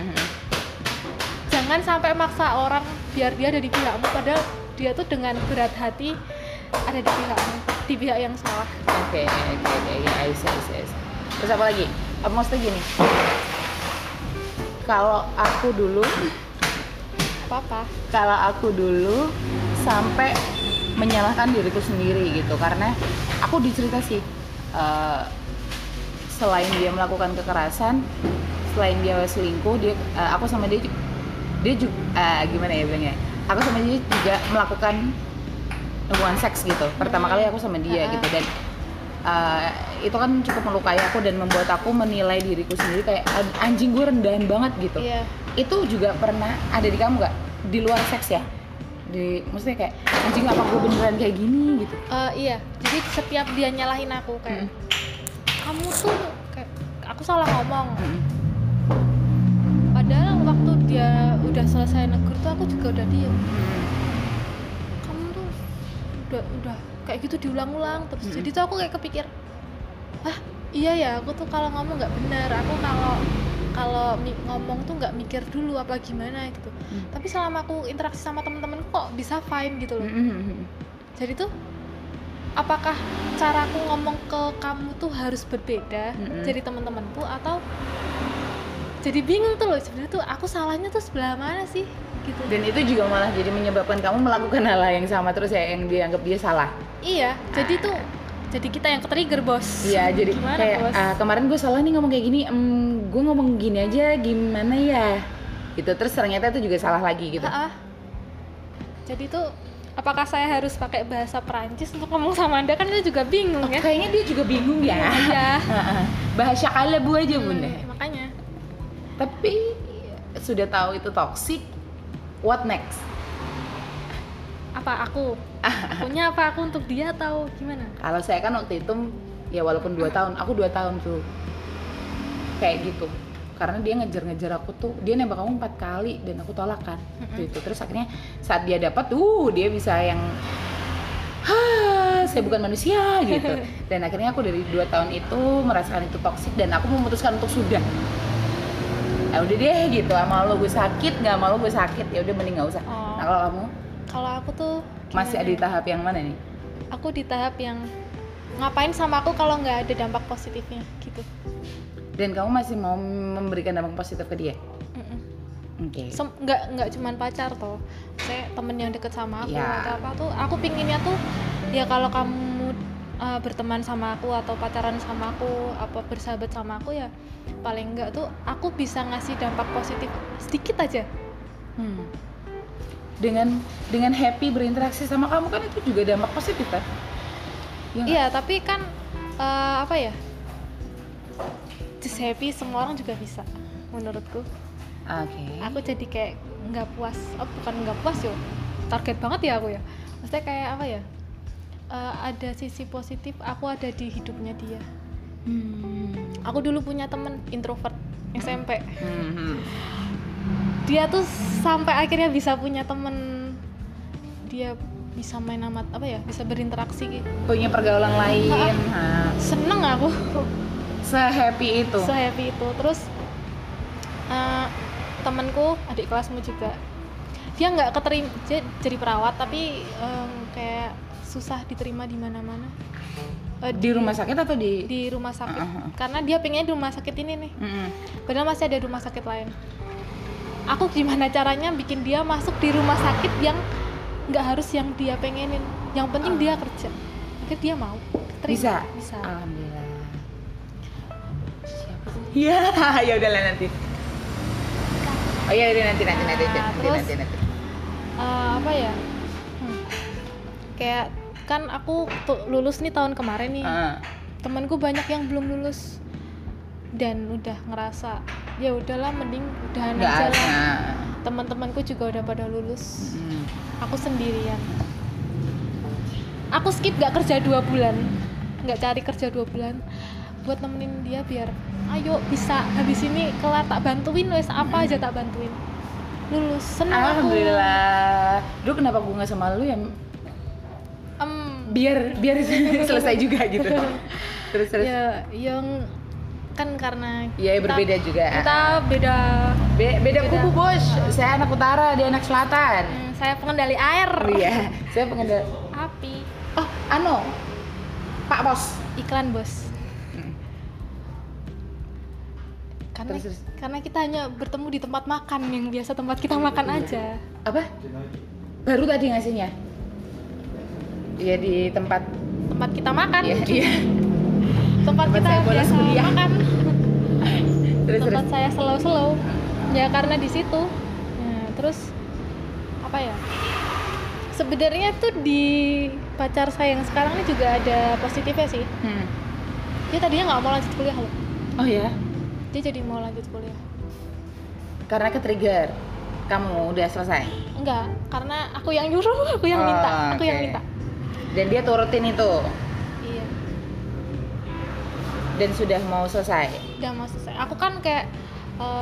Jangan sampai maksa orang biar dia ada di pihakmu, padahal dia tuh dengan berat hati ada di pihakmu, di pihak yang salah. Oke, oke, oke, Aisyah, Aisyah. Terus apa lagi? Apa maksudnya gini? Kalau aku dulu, apa-apa? Kalau aku dulu sampai menyalahkan diriku sendiri gitu, karena aku dicerita sih. Uh, selain dia melakukan kekerasan, selain dia selingkuh, dia uh, aku sama dia dia juga uh, gimana ya bilangnya? Aku sama dia juga melakukan hubungan seks gitu. Pertama hmm. kali aku sama dia uh-huh. gitu, dan uh, itu kan cukup melukai aku dan membuat aku menilai diriku sendiri kayak anjing gue rendahan banget gitu. Yeah. Itu juga pernah ada di kamu nggak? Di luar seks ya? Di maksudnya kayak anjing apa gue beneran kayak gini gitu? Uh, iya. Jadi setiap dia nyalahin aku kayak hmm. kamu tuh kayak aku salah ngomong. Hmm. Padahal waktu dia udah selesai negur tuh aku juga udah diem. Hmm. Kamu tuh udah udah kayak gitu diulang-ulang terus. Mm-mm. Jadi tuh aku kayak kepikir, ah iya ya aku tuh kalau ngomong nggak benar, aku kalau kalau mi- ngomong tuh nggak mikir dulu apa gimana gitu. Mm. Tapi selama aku interaksi sama temen-temen kok bisa fine gitu loh. Mm-mm. Jadi tuh apakah caraku ngomong ke kamu tuh harus berbeda Mm-mm. dari teman-temanku, atau jadi bingung tuh loh sebenarnya tuh aku salahnya tuh sebelah mana sih gitu. Dan itu juga malah jadi menyebabkan kamu melakukan hal yang sama terus ya, yang dianggap dia salah. Iya, jadi tuh jadi kita yang ke-trigger, Bos. Iya, jadi Gimana, kayak Bos? ah, kemarin gue salah nih ngomong kayak gini, em, gue ngomong gini aja gimana ya gitu, terus ternyata itu juga salah lagi gitu. Ha-ha. Jadi tuh apakah saya harus pakai bahasa Perancis untuk ngomong sama Anda, kan itu juga bingung Oh, ya. kayaknya dia juga bingung ya. Iya. Bahasa kalabu aja Hmm, bunda. makanya Tapi sudah tahu itu toxic, what next? apa aku? Akunya apa aku untuk dia atau gimana? Kalau saya kan waktu itu ya walaupun dua tahun, aku dua tahun tuh kayak gitu. Karena dia ngejar-ngejar aku tuh, dia nembak kamu empat kali dan aku tolak kan. Waktu itu terus akhirnya saat dia dapat tuh dia bisa yang Hah, saya bukan manusia gitu. Dan akhirnya aku dari dua tahun itu merasakan itu toksik dan aku memutuskan untuk sudah. Ya udah deh gitu, sama lo gue sakit, nggak mau lo gue sakit, ya udah mending nggak usah. Oh. Nah kalau kamu Kalau aku tuh masih ada di gimana? tahap yang mana nih? Aku di tahap yang ngapain sama aku kalau nggak ada dampak positifnya gitu. Dan kamu masih mau memberikan dampak positif ke dia? Mm-mm. Oke. Sem- nggak nggak cuman pacar toh, saya temen yang deket sama aku Ya. atau apa tuh, aku pinginnya tuh ya kalau kamu uh, berteman sama aku atau pacaran sama aku, apa bersahabat sama aku, ya paling enggak tuh aku bisa ngasih dampak positif sedikit aja. Hmm. Dengan dengan happy berinteraksi sama kamu kan itu juga dampak positif kan? Ya nggak? Iya, tapi kan uh, apa ya? Just happy semua orang juga bisa, menurutku. Oke. Aku jadi kayak nggak puas, oh bukan nggak puas yo, target banget ya aku ya. Maksudnya kayak apa ya? Uh, ada sisi positif, aku ada di hidupnya dia. Hmm. Aku dulu punya temen introvert S M P. Hmm. Dia tuh sampai akhirnya bisa punya temen, dia bisa main amat apa ya, bisa berinteraksi gitu. Punya pergaulan lain. Ha. Seneng aku. Se-happy itu. Se-happy itu. Terus uh, temenku adik kelasmu juga, dia nggak keterima, dia jadi perawat tapi um, kayak susah diterima di mana-mana. Uh, Di rumah sakit atau di? di rumah sakit. Uh-huh. Karena dia pengen di rumah sakit ini nih, Mm-mm. padahal masih ada rumah sakit lain. Aku gimana caranya bikin dia masuk di rumah sakit yang nggak harus yang dia pengenin, yang penting Ah. dia kerja. Akhirnya dia mau terima. Bisa. Bisa. Alhamdulillah. Siapa sih? Ya, ya udahlah nanti. Oh iya, udah nanti nanti nanti nanti Nah, nanti terus- nanti. nanti. Uh, apa ya? Hmm. Kayak kan aku tuh lulus nih tahun kemarin nih. Ah. Temanku banyak yang belum lulus dan udah ngerasa ya udahlah mending udahan Nggak aja lah. ada. Teman-temanku juga udah pada lulus. Mm. Aku sendirian. Aku skip gak kerja dua bulan, nggak cari kerja dua bulan buat nemenin dia biar ayo bisa habis ini kelar tak bantuin, wes apa aja tak bantuin lulus. Seneng aku. Alhamdulillah. Dulu kenapa gue nggak sama lu ya? Em, Biar biar selesai juga gitu. Terus terus. ya yang kan karena Iya, kita- berbeda juga. kita beda. Be- beda Beda. kubu bos. Saya anak utara, dia anak selatan. Hmm, saya pengendali air. Oh iya, saya pengendal. Api. Oh, ano, Pak Bos. Iklan, bos. Hmm. Karena Terus, terus. karena kita hanya bertemu di tempat makan yang biasa tempat kita makan aja. Apa? Baru tadi ngasihnya. Iya di tempat. Tempat kita makan. Iya, iya. Tempat, Tempat kita saya bolos biasa kuliah. makan. Terus Tempat terus. saya slow-slow. Ya karena di situ. Nah, terus apa ya? Sebenarnya tuh di pacar saya yang sekarang ini juga ada positifnya sih. Hmm. Dia tadinya nggak mau lanjut kuliah loh. Oh ya, Dia jadi mau lanjut kuliah. karena ke-trigger. Kamu udah selesai. Enggak, karena aku yang nyuruh, aku yang Oh, minta, aku yang oke. minta. Dan dia turutin itu. Iya. Dan sudah mau selesai. Udah mau selesai. Aku kan kayak eh,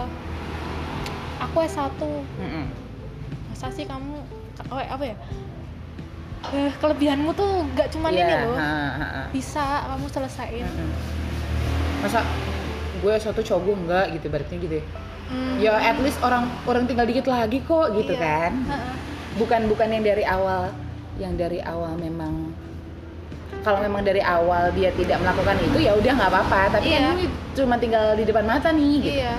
aku S satu. Mm-mm. Masa sih kamu oh, apa ya? eh, kelebihanmu tuh nggak cuma yeah, ini loh, ha, ha, ha. bisa kamu selesaiin. Mm-mm. Masa gue suatu cowok gue enggak gitu berarti gitu ya. Hmm. Ya at least orang orang tinggal dikit lagi kok gitu Iya. kan. Ha-ha. Bukan bukan yang dari awal yang dari awal memang kalau memang dari awal dia tidak melakukan itu ya udah nggak apa-apa, tapi Iya. kan ini cuma tinggal di depan mata nih gitu. Iya.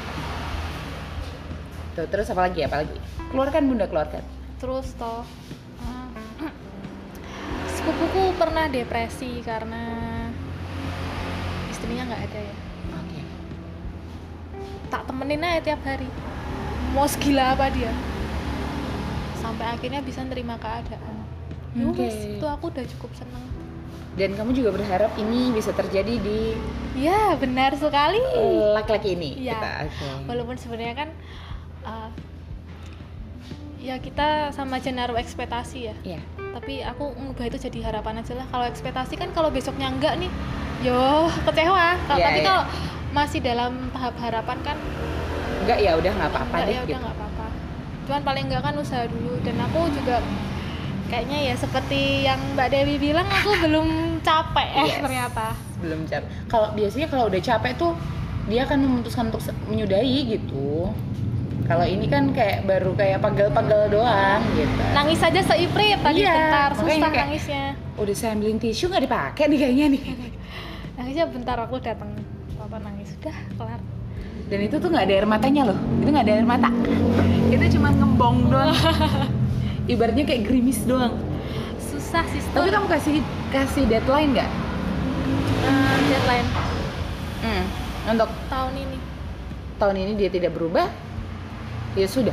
Tuh, terus apa lagi apa lagi? Keluarkan Bunda, keluarkan. Terus toh uh, sepupuku pernah depresi karena istrinya nggak ada ya. Oke. Tak temenin aja tiap hari, mau segila apa dia, sampai akhirnya bisa nerima keadaan. Ya Oke. wes, itu aku udah cukup seneng. Dan kamu juga berharap ini bisa terjadi di Ya benar sekali. laki-laki ini. Iya. Kita, oke. Walaupun sebenarnya kan uh, ya kita sama aja naruh ekspektasi ya. Iya. Tapi aku ngubah itu jadi harapan aja lah. Kalau ekspektasi kan kalau besoknya enggak nih, yo kecewa. Kalau Iya, tapi iya. kalau masih dalam tahap harapan kan Enggak ya udah nggak apa-apa enggak, deh ya udah gitu. nggak apa-apa. Cuman paling enggak kan usaha dulu. Dan aku juga kayaknya ya seperti yang Mbak Dewi bilang, aku belum capek eh Yes. ternyata. Belum capek. Kalau biasanya kalau udah capek tuh dia akan memutuskan untuk se- menyudahi gitu. Kalau ini kan kayak baru kayak pagel-pagel doang gitu. Nangis aja seiprit tadi Iya, bentar, makanya susah kayak- nangisnya. Udah saya ambilin tisu nggak dipakai nih kayaknya nih. Nangisnya bentar, aku datang papa nangis sudah kelar. Dan itu tuh nggak ada air matanya loh. Itu nggak ada air mata. Itu cuma ngembong doang. Ibaratnya kayak gerimis doang. Susah sih. Tapi kamu kasih kasih deadline nggak? uh, deadline Hmm. Untuk tahun ini. tahun ini dia tidak berubah, ya sudah.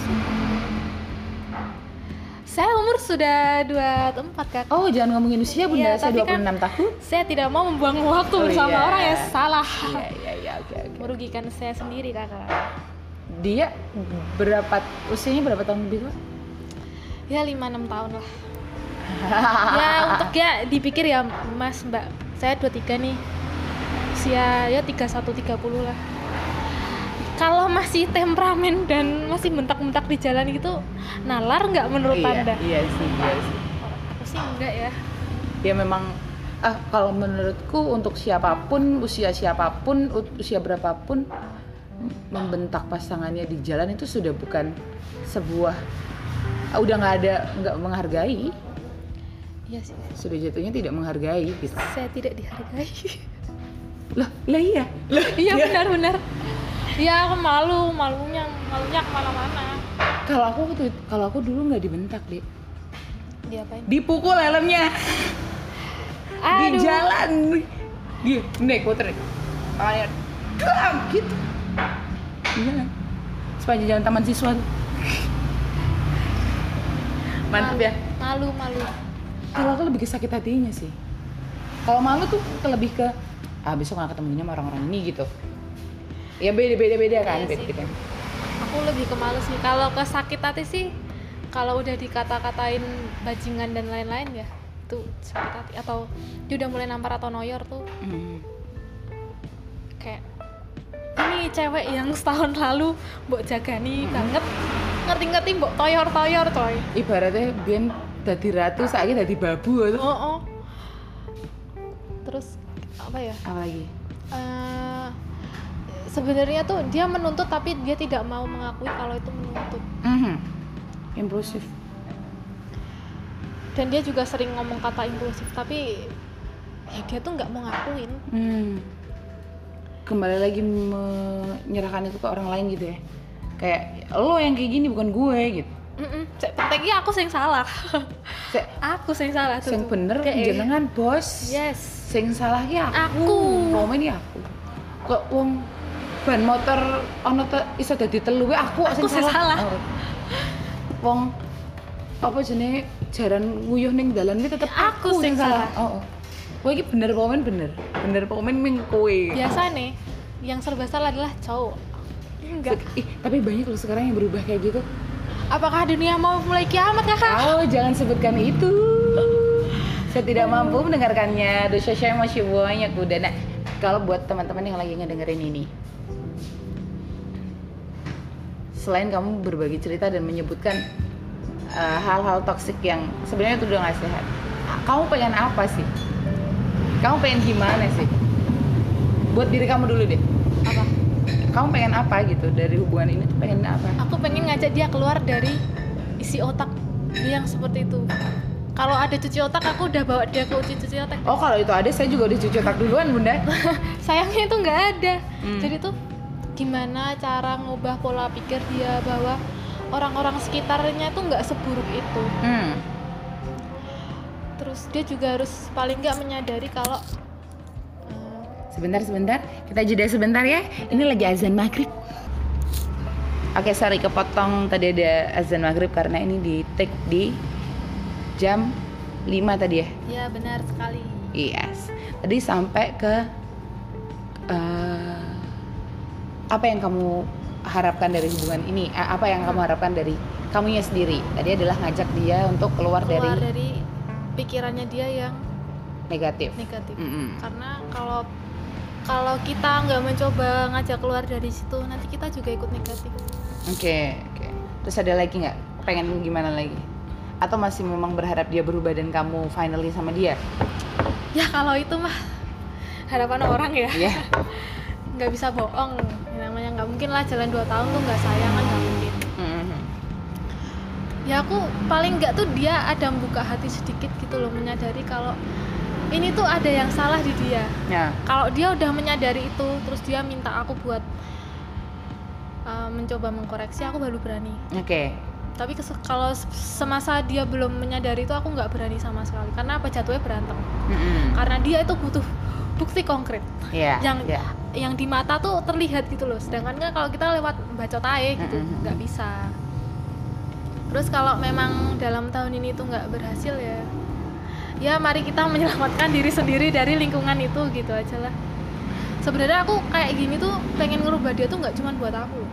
Saya umur sudah dua puluh empat kak. Oh jangan ngomongin usia Bunda, Iya, saya tapi dua puluh enam kan tahun. Saya tidak mau membuang waktu Oh, bersama iya. orang yang salah. Iya iya iya oke oke. Merugikan saya sendiri kakak. Dia berapa usianya berapa tahun lebih tua? Ya lima enam tahun lah. Ya untuk ya dipikir ya mas mbak, saya dua puluh tiga nih, usia ya tiga puluh satu tiga puluh lah. Kalau masih temperamen dan masih mentak-mentak di jalan gitu, nalar nggak menurut iya, anda? Iya sih iya sih. Aku sih enggak ya. Ya memang ah kalau menurutku untuk siapapun usia siapapun u- usia berapapun membentak pasangannya di jalan itu sudah bukan sebuah ah, udah nggak ada nggak menghargai, Iya sih. sudah jatuhnya tidak menghargai gitu. Saya tidak dihargai. Lah lah iya lah Iya benar-benar. Iya aku malu, malunya malunya kemana-mana. Kalau aku tuh kalau aku dulu nggak dibentak deh, Diapain? dipukul helmnya di Aduh. jalan dia naik motor tangannya dang gitu iya sepanjang jalan taman siswa tuh. Mantap ya. Malu, malu. Kalau aku lebih ke sakit hatinya sih. Kalau malu tuh ke lebih ke ah besok nggak ketemunya sama orang-orang ini gitu. Ya beda beda beda kan, Iya beda sih. beda. Aku lebih ke malu sih. Kalau ke sakit hati sih, kalau udah dikata-katain bajingan dan lain-lain ya, itu sakit hati. Atau dia udah mulai nampar atau noyor tuh, Hmm. kayak ini cewek yang setahun lalu mbok jagani banget, ngerti-ngerti mbok toyor-toyor coy. Ibaratnya biar dadi ratu, saiki dadi babu atau Oh, oh. Terus apa ya? apa lagi? Eh, sebenarnya tuh dia menuntut tapi dia tidak mau mengakui kalau itu menuntut. Mhm. Impulsif. Dan dia juga sering ngomong kata impulsif tapi ya dia tuh nggak mau ngakuin. Hmm. Kembali lagi menyerahkan itu ke orang lain gitu ya. Kayak lo yang kayak gini bukan gue gitu. Mm-mm. Cek pentingnya aku sing salah. Sing Aku sing salah tuh. sing bener Kayak- jenengan bos. Yes. Sing salah ya aku. Aku. Komen ya aku. Kok wong ban motor ono te iso dadi telu wae aku Aku sing sing salah. salah. Oh. Wong apa jenenge jaran nguyuh ning dalan iki tetep Aku aku sing sing salah. Oh. oh. Kowe iki bener komen bener. Bener komen ming kowe. Biasa nih yang serba salah adalah cowok. Enggak. Ih, tapi banyak loh sekarang yang berubah kayak gitu. Apakah dunia mau mulai kiamat kakak? Oh, jangan sebutkan itu. Saya tidak mampu mendengarkannya. Dosa saya masih banyak udah. Nah, kalau buat teman-teman yang lagi ngedengerin ini, selain kamu berbagi cerita dan menyebutkan uh, hal-hal toksik yang sebenarnya itu udah nggak sehat. Kamu pengen apa sih? Kamu pengen gimana sih? Buat diri kamu dulu deh. Apa? Kamu pengen apa gitu dari hubungan ini? Tuh pengen apa? Aku pengen ngajak dia keluar dari isi otak dia yang seperti itu. Kalau ada cuci otak, aku udah bawa dia ke uji cuci otak. Oh, kalau itu ada, saya juga udah cuci otak duluan, Bunda. Sayangnya itu nggak ada. Hmm. Jadi tuh gimana cara ngubah pola pikir dia bahwa orang-orang sekitarnya tuh nggak seburuk itu. Hmm. Terus dia juga harus paling nggak menyadari kalau uh, Sebentar, sebentar. Kita jeda sebentar ya. Ini lagi azan maghrib. Oke, sorry kepotong tadi ada azan maghrib karena ini di take di jam lima tadi ya? Ya benar sekali. Yes. Tadi sampai ke uh, apa yang kamu harapkan dari hubungan ini? Uh, apa yang kamu harapkan dari kamunya sendiri? Tadi adalah ngajak dia untuk keluar, Keluar dari, dari pikirannya dia yang negatif. negatif. Mm-mm. Karena kalau kalau kita nggak mencoba ngajak keluar dari situ, nanti kita juga ikut negatif. Oke, oke. Terus ada lagi nggak? Pengen gimana lagi? Atau masih memang berharap dia berubah dan kamu finally sama dia? Ya kalau itu mah harapan orang ya. Iya. Nggak bisa bohong. Namanya nggak mungkin lah jalan dua tahun tuh nggak sayang kan, nggak mungkin. Mm-hmm. Ya aku paling nggak tuh dia ada membuka hati sedikit gitu loh, menyadari kalau ini tuh ada yang salah di dia. Ya. Kalau dia udah menyadari itu, terus dia minta aku buat uh, mencoba mengkoreksi, aku baru berani. Oke. Okay. Tapi kes- kalau semasa dia belum menyadari itu, aku nggak berani sama sekali. Karena apa, jatuhnya berantem. Mm-hmm. Karena dia itu butuh bukti konkret. Yeah, yang yeah. yang di mata tuh terlihat gitu loh. Sedangkan kan kalau kita lewat bacot aja gitu, Mm-hmm. nggak bisa. Terus kalau memang dalam tahun ini tuh nggak berhasil ya, ya mari kita menyelamatkan diri sendiri dari lingkungan itu, gitu aja lah. Sebenarnya aku kayak gini tuh pengen ngerubah dia tuh nggak cuma buat aku,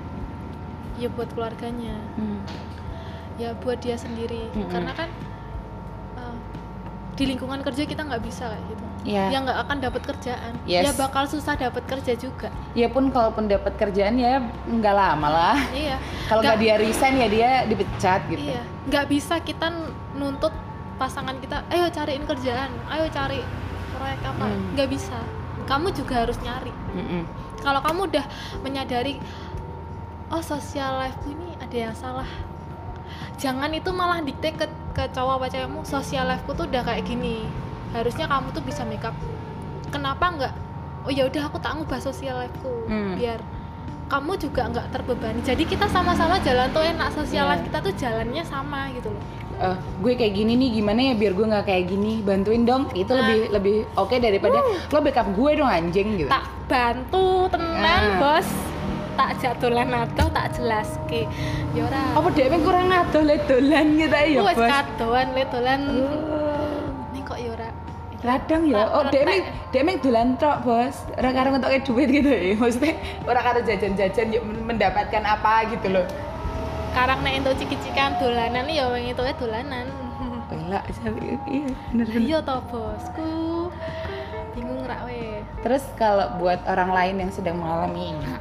ya buat keluarganya, Mm. ya buat dia sendiri. Mm-mm. Karena kan uh, di lingkungan kerja kita nggak bisa kayak gitu. Yeah. Ya nggak akan dapat kerjaan. Yes. Ya bakal susah dapat kerja juga. Ya pun kalaupun dapat kerjaan ya nggak lama lah. Iya. Kalau nggak Nggak- dia resign ya dia dipecat gitu. Iya. Nggak bisa kita nuntut pasangan kita, ayo cariin kerjaan, ayo cari proyek apa. Hmm. Nggak bisa. Kamu juga harus nyari. Mm-mm. Kalau kamu udah menyadari, oh social life ini ada yang salah, jangan itu malah dikte ke, ke cowok apa cewekmu, social life-ku tuh udah kayak gini, harusnya kamu tuh bisa make up. Kenapa enggak? Oh ya udah, aku tak ngubah social life-ku, Hmm. biar kamu juga nggak terbebani. Jadi kita sama-sama jalan tuh enak, social Yeah. life kita tuh jalannya sama gitu loh. Uh, gue kayak gini nih, gimana ya biar gue nggak kayak gini, bantuin dong. Itu Nah. lebih lebih oke daripada lo backup gue dong anjing gitu. Tak bantu tenan, Nah. bos. Tak jatulan atau tak jelas ke. Yora. Apa dia emang kurang ngadoh le dolan gitu ya Wes bos. kadoan le dolan. Oh. Ini kok Yora. Radang ya, oh dia emang dia emang dolan tok bos. Orang karo ngetoknya duit gitu ya, maksudnya orang karo jajan-jajan yuk mendapatkan apa gitu loh. Karang nek entuk ciki-cikan dolanan ya wong entuke dolanan. Pelak iya bener bener. Iya to bosku. Bingung rak we. Terus kalau buat orang lain yang sedang mengalami ini,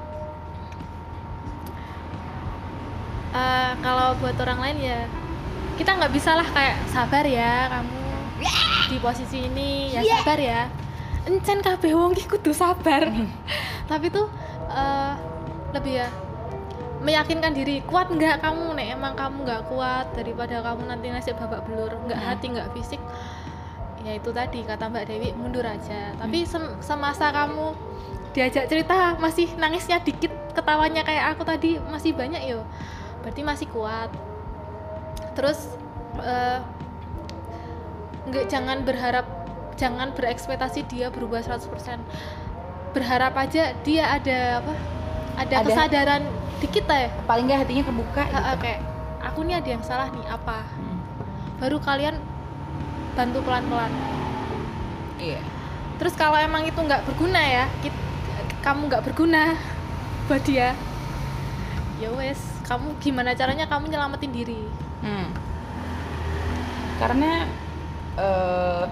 Uh, kalau buat orang lain ya kita nggak bisa lah kayak sabar ya kamu di posisi ini ya, sabar ya. Encen kabeh wong ki kudu sabar. Tapi tuh uh, lebih ya meyakinkan diri, kuat nggak kamu, nek emang kamu nggak kuat daripada kamu nanti nasib babak belur, nggak hati nggak fisik, ya itu tadi kata Mbak Dewi, mundur aja. Tapi sem- semasa kamu diajak cerita masih nangisnya dikit, ketawanya kayak aku tadi masih banyak yo, berarti masih kuat. Terus uh, nggak, jangan berharap, jangan berekspektasi dia berubah seratus persen. Berharap aja dia ada apa? Ada, Ada. kesadaran dikit ya. paling nggak hatinya kebuka gitu. Ha-ha, kayak aku nih ada yang salah nih apa. Hmm. Baru kalian bantu pelan-pelan. Iya. Terus kalau emang itu nggak berguna ya, kit- kamu nggak berguna buat dia, ya wes, kamu gimana caranya kamu nyelamatin diri. Hmm. Karena uh,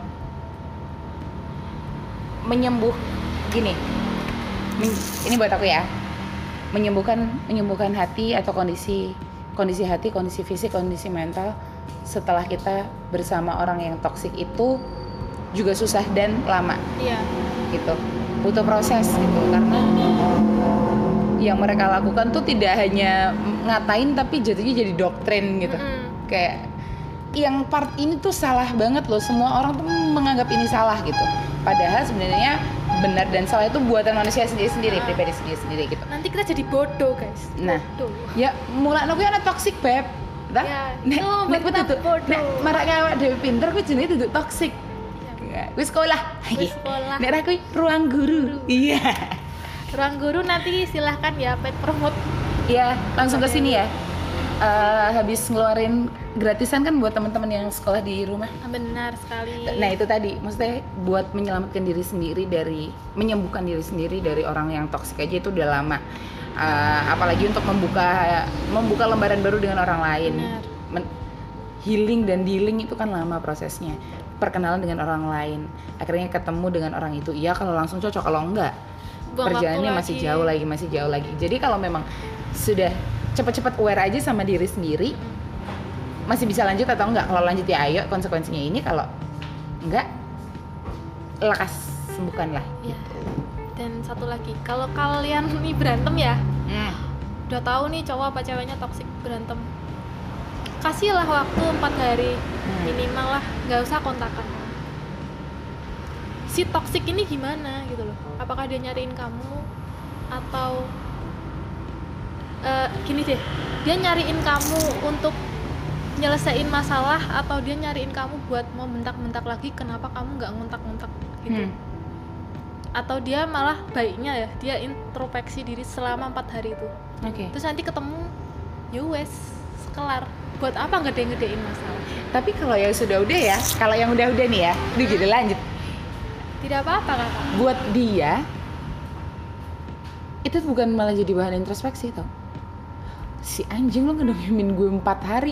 menyembuh gini, men- ini buat aku ya, menyembuhkan menyembuhkan hati atau kondisi kondisi hati, kondisi fisik, kondisi mental setelah kita bersama orang yang toksik itu juga susah dan lama. Iya. Gitu. Butuh proses gitu, karena yang mereka lakukan tuh tidak hanya ngatain tapi jatuhnya jadi doktrin gitu. Mm-hmm. Kayak yang part ini tuh salah banget loh, semua orang tuh menganggap ini salah gitu. Padahal sebenarnya benar dan salah itu buatan manusia sendiri-sendiri, nah. pribadi sendiri-sendiri gitu. Nanti kita jadi bodoh guys. Nah, bodoh. Ya mulai aku anak toksik beb. Dah. Ya, nek nek betul tuh. Nek marak awak dhewe pinter kuwi jenenge duduk toksik. Ya. Wis sekolah. Wis sekolah. Nek ra kuwi ruang guru. Iya. Ruang guru nanti silahkan ya paid promote. Iya, langsung ke sini ya. Uh, habis ngeluarin gratisan kan buat teman-teman yang sekolah di rumah. Benar sekali. Nah itu tadi, maksudnya buat menyelamatkan diri sendiri dari, menyembuhkan diri sendiri dari orang yang toksik aja itu udah lama. Uh, apalagi untuk membuka membuka lembaran baru dengan orang lain. Men- healing dan dealing itu kan lama prosesnya. Perkenalan dengan orang lain, akhirnya ketemu dengan orang itu. Iya kalau langsung cocok, kalau enggak buang perjalanannya masih lagi. jauh lagi, masih jauh lagi. Jadi kalau memang sudah cepat-cepat aware aja sama diri sendiri, masih bisa lanjut atau enggak. Kalau lanjut ya ayo, konsekuensinya ini. Kalau enggak, lekas sembuhkanlah. Ya. Dan satu lagi, kalau kalian nih berantem ya, hmm. udah tahu nih cowok apa ceweknya toksik berantem, kasihlah waktu empat hari hmm. minimal lah, nggak usah kontakan. Si toksik ini gimana gitu loh? Apakah dia nyariin kamu atau uh, gini deh, dia nyariin kamu untuk nyelesain masalah atau dia nyariin kamu buat mau bentak-bentak lagi kenapa kamu nggak ngontak-ngontak gitu? Hmm. Atau dia malah baiknya ya dia introspeksi diri selama empat hari itu. Oke. Okay. Terus nanti ketemu, ya wes kelar. Buat apa ngede-ngedein masalah? Tapi kalau yang sudah udah ya, kalau yang udah-udah nih ya, udah gitu lanjut. Tidak apa-apa kakak. Buat dia itu bukan malah jadi bahan introspeksi tau. Si anjing lo ngedengin gue empat hari,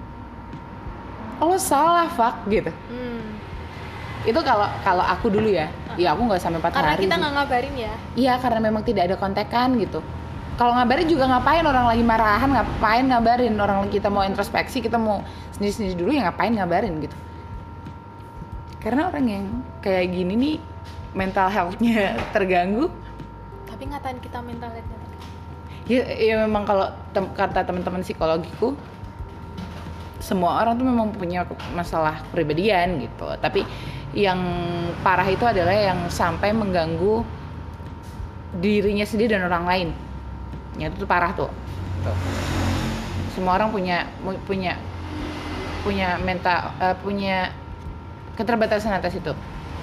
lo salah fuck gitu. Hmm. Itu kalau kalau aku dulu ya, ya aku nggak sampai empat hari. Karena kita nggak ngabarin ya? Iya, karena memang tidak ada kontekan gitu. Kalau ngabarin juga ngapain, orang lagi marahan ngapain ngabarin, orang kita mau introspeksi, kita mau sendiri-sendiri dulu ya ngapain ngabarin gitu. Karena orang yang kayak gini nih mental health-nya terganggu. Tapi ngatain kita mental health-nya terganggu. Ya, ya memang kalau tem- kata teman-teman psikologiku, semua orang tuh memang punya masalah kepribadian gitu. Tapi yang parah itu adalah yang sampai mengganggu dirinya sendiri dan orang lain. Ya itu tuh parah tuh. Tuh. Semua orang punya punya punya mental uh, punya keterbatasan atas itu.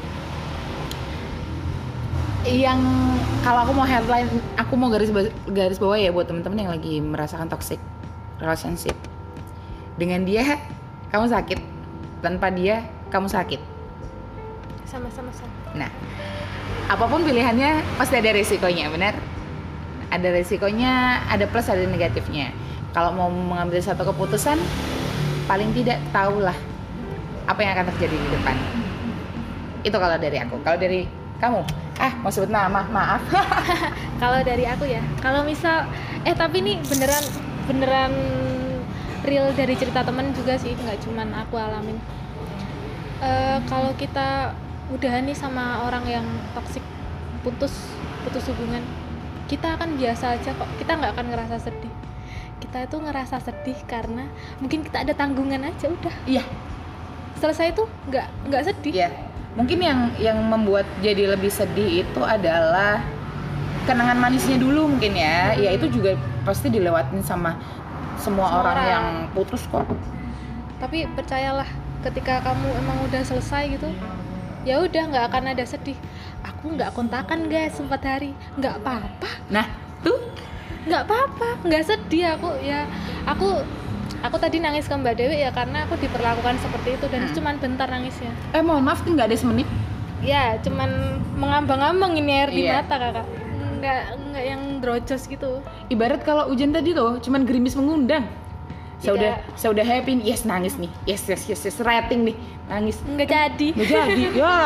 Yang kalau aku mau headline, aku mau garis garis bawah ya buat teman-teman yang lagi merasakan toxic relationship. Dengan dia kamu sakit, tanpa dia kamu sakit. Sama-sama sama. Nah, apapun pilihannya pasti ada resikonya, benar? Ada resikonya, ada plus, ada negatifnya. Kalau mau mengambil satu keputusan, paling tidak tahulah apa yang akan terjadi di depan. Itu kalau dari aku. Kalau dari kamu, ah mau sebut nama, maaf. Kalau dari aku ya, kalau misal, eh tapi ini beneran beneran real dari cerita teman juga sih, nggak cuman aku alamin. Uh, kalau kita udahan nih sama orang yang toksik, putus putus hubungan, kita akan biasa aja kok, kita nggak akan ngerasa sedih. Kita itu ngerasa sedih karena mungkin kita ada tanggungan aja, udah. Iya. Selesai itu nggak nggak sedih. Iya. Mungkin yang yang membuat jadi lebih sedih itu adalah kenangan manisnya dulu mungkin ya. Hmm. Ya itu juga pasti dilewatin sama semua, semua orang, orang yang putus kok. Tapi percayalah, ketika kamu emang udah selesai gitu, ya udah nggak akan ada sedih. Aku nggak kontakan guys empat hari, nggak apa-apa. Nah tuh nggak apa-apa, nggak sedih aku ya. Aku aku tadi nangis ke Mbak Dewi ya karena aku diperlakukan seperti itu dan hmm. cuman bentar nangisnya. Eh mohon maaf, nggak ada semenit? Ya cuman mengambang-ambang ini air di iya. mata kakak. Nggak nggak yang drojos gitu. Ibarat kalau hujan tadi tuh cuman gerimis mengundang. Saya udah saya udah happy, yes nangis nih, yes yes yes, yes rating nih, nangis. Nggak jadi. Nggak jadi, ya.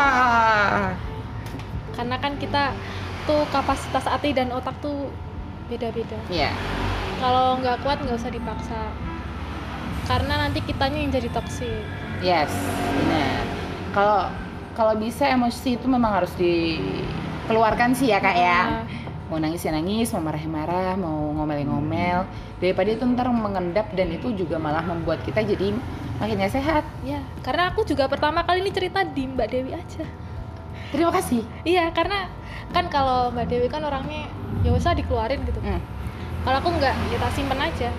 Karena kan kita tuh kapasitas hati dan otak tuh beda-beda. Iya. kalau nggak kuat nggak usah dipaksa, karena nanti kitanya yang jadi toksik. Yes, benar. Kalau kalau bisa emosi itu memang harus dikeluarkan sih ya kak ya. Mau nangis ya nangis, mau marah ya marah, mau ngomel ya ngomel. Daripada itu ntar mengendap dan itu juga malah membuat kita jadi makin gak sehat. Ya, karena aku juga pertama kali ini cerita di Mbak Dewi aja. Terima kasih. Iya, karena kan kalau Mbak Dewi kan orangnya ya usah dikeluarin gitu. Hmm. Kalau aku enggak, ya tak simpen aja.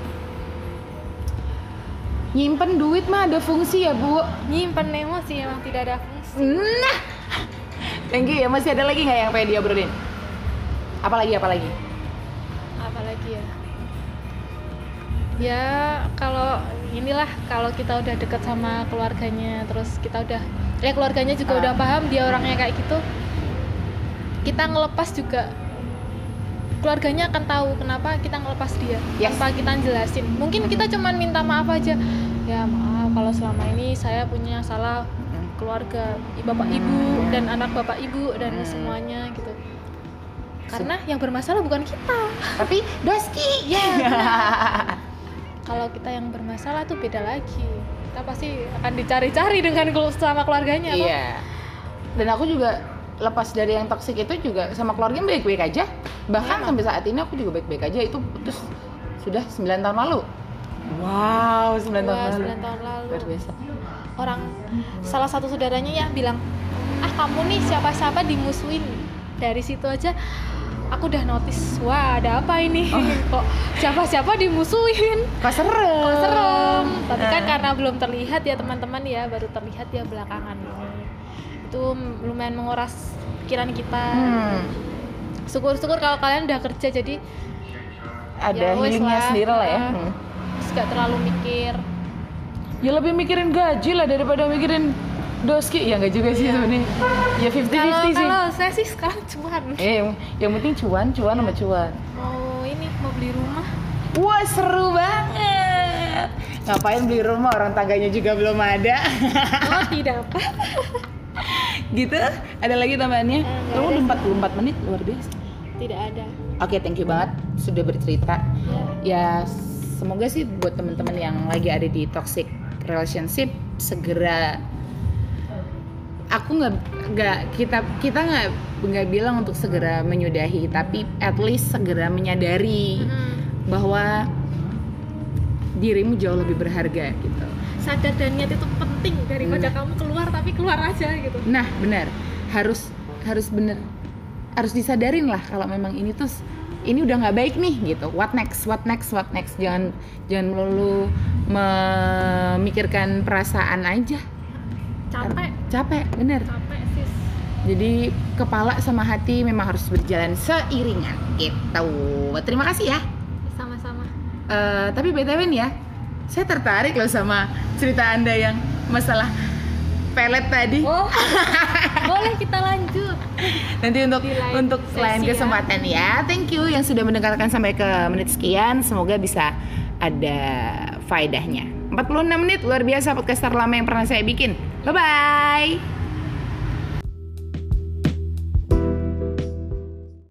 Nyimpen duit mah ada fungsi ya bu. Nyimpen emosi emang tidak ada fungsi. Nah, thank you ya. Masih ada lagi nggak yang pengen diobrolin? Apalagi apalagi? Apalagi ya? Ya kalau inilah, kalau kita udah deket sama keluarganya, terus kita udah, ya keluarganya juga uh. udah paham dia orangnya kayak gitu, kita ngelepas juga keluarganya akan tahu kenapa kita ngelepas dia, yes. tanpa kita jelasin. Mungkin kita cuman minta maaf aja, ya maaf kalau selama ini saya punya salah keluarga, bapak ibu dan anak bapak ibu dan semuanya gitu. Karena yang bermasalah bukan kita, tapi Doski. Ya. Kalau kita yang bermasalah tuh beda lagi. Kita pasti akan dicari-cari dengan sama keluarganya. Iya. Dan aku juga lepas dari yang toksik itu juga sama keluarga baik-baik aja. Bahkan ya, sampai saat ini aku juga baik-baik aja. Itu putus sudah sembilan tahun lalu. Wow, sembilan tahun lalu. sembilan tahun lalu. Luar biasa. Orang salah satu saudaranya ya bilang, "Ah, kamu nih siapa-siapa dimusuhin." Dari situ aja aku udah notice, wah ada apa ini? Oh. Kok siapa-siapa dimusuhin? Kok serem? Kok serem? Tapi kan uh. karena belum terlihat ya teman-teman ya, baru terlihat ya belakangan ini. Itu lumayan menguras pikiran kita. Hmm. Syukur-syukur kalau kalian udah kerja, jadi ada ya, healingnya sendiri lah ya. Hmm. Terus gak terlalu mikir. Ya lebih mikirin gaji lah daripada mikirin Doski, ya nggak juga sih sebenarnya. Ya fifty fifty sih. Kalau saya sih sekarang cuan. Eh, yang penting cuan, cuan sama cuan. Mau ini, mau beli rumah. Wah seru banget. Ngapain beli rumah, orang tangganya juga belum ada. Oh tidak apa. Gitu? Ada lagi tambahannya? Kamu udah empat puluh empat menit, luar biasa. Tidak ada. Oke, okay, thank you banget sudah bercerita. Ya, ya semoga sih buat teman-teman yang lagi ada di toxic relationship segera. Aku nggak nggak kita kita nggak nggak bilang untuk segera menyudahi, tapi at least segera menyadari hmm. bahwa dirimu jauh lebih berharga gitu. Sadar dan niat itu penting daripada hmm. kamu keluar tapi keluar aja gitu. Nah benar, harus harus bener harus disadarin lah kalau memang ini tuh ini udah nggak baik nih gitu. What next? What next? What next? Jangan jangan melulu memikirkan perasaan aja. Capek. Capek, bener. Capek sis. Jadi kepala sama hati memang harus berjalan seiringan gitu. Terima kasih ya. Sama-sama. Uh, tapi B T W nih ya, saya tertarik loh sama cerita Anda yang masalah pelet tadi. Oh, boleh kita lanjut. Nanti untuk untuk lain kesempatan ya. ya. Thank you yang sudah mendengarkan sampai ke menit sekian. Semoga bisa ada faedahnya. empat puluh enam menit, luar biasa podcast terlama yang pernah saya bikin. Bye-bye.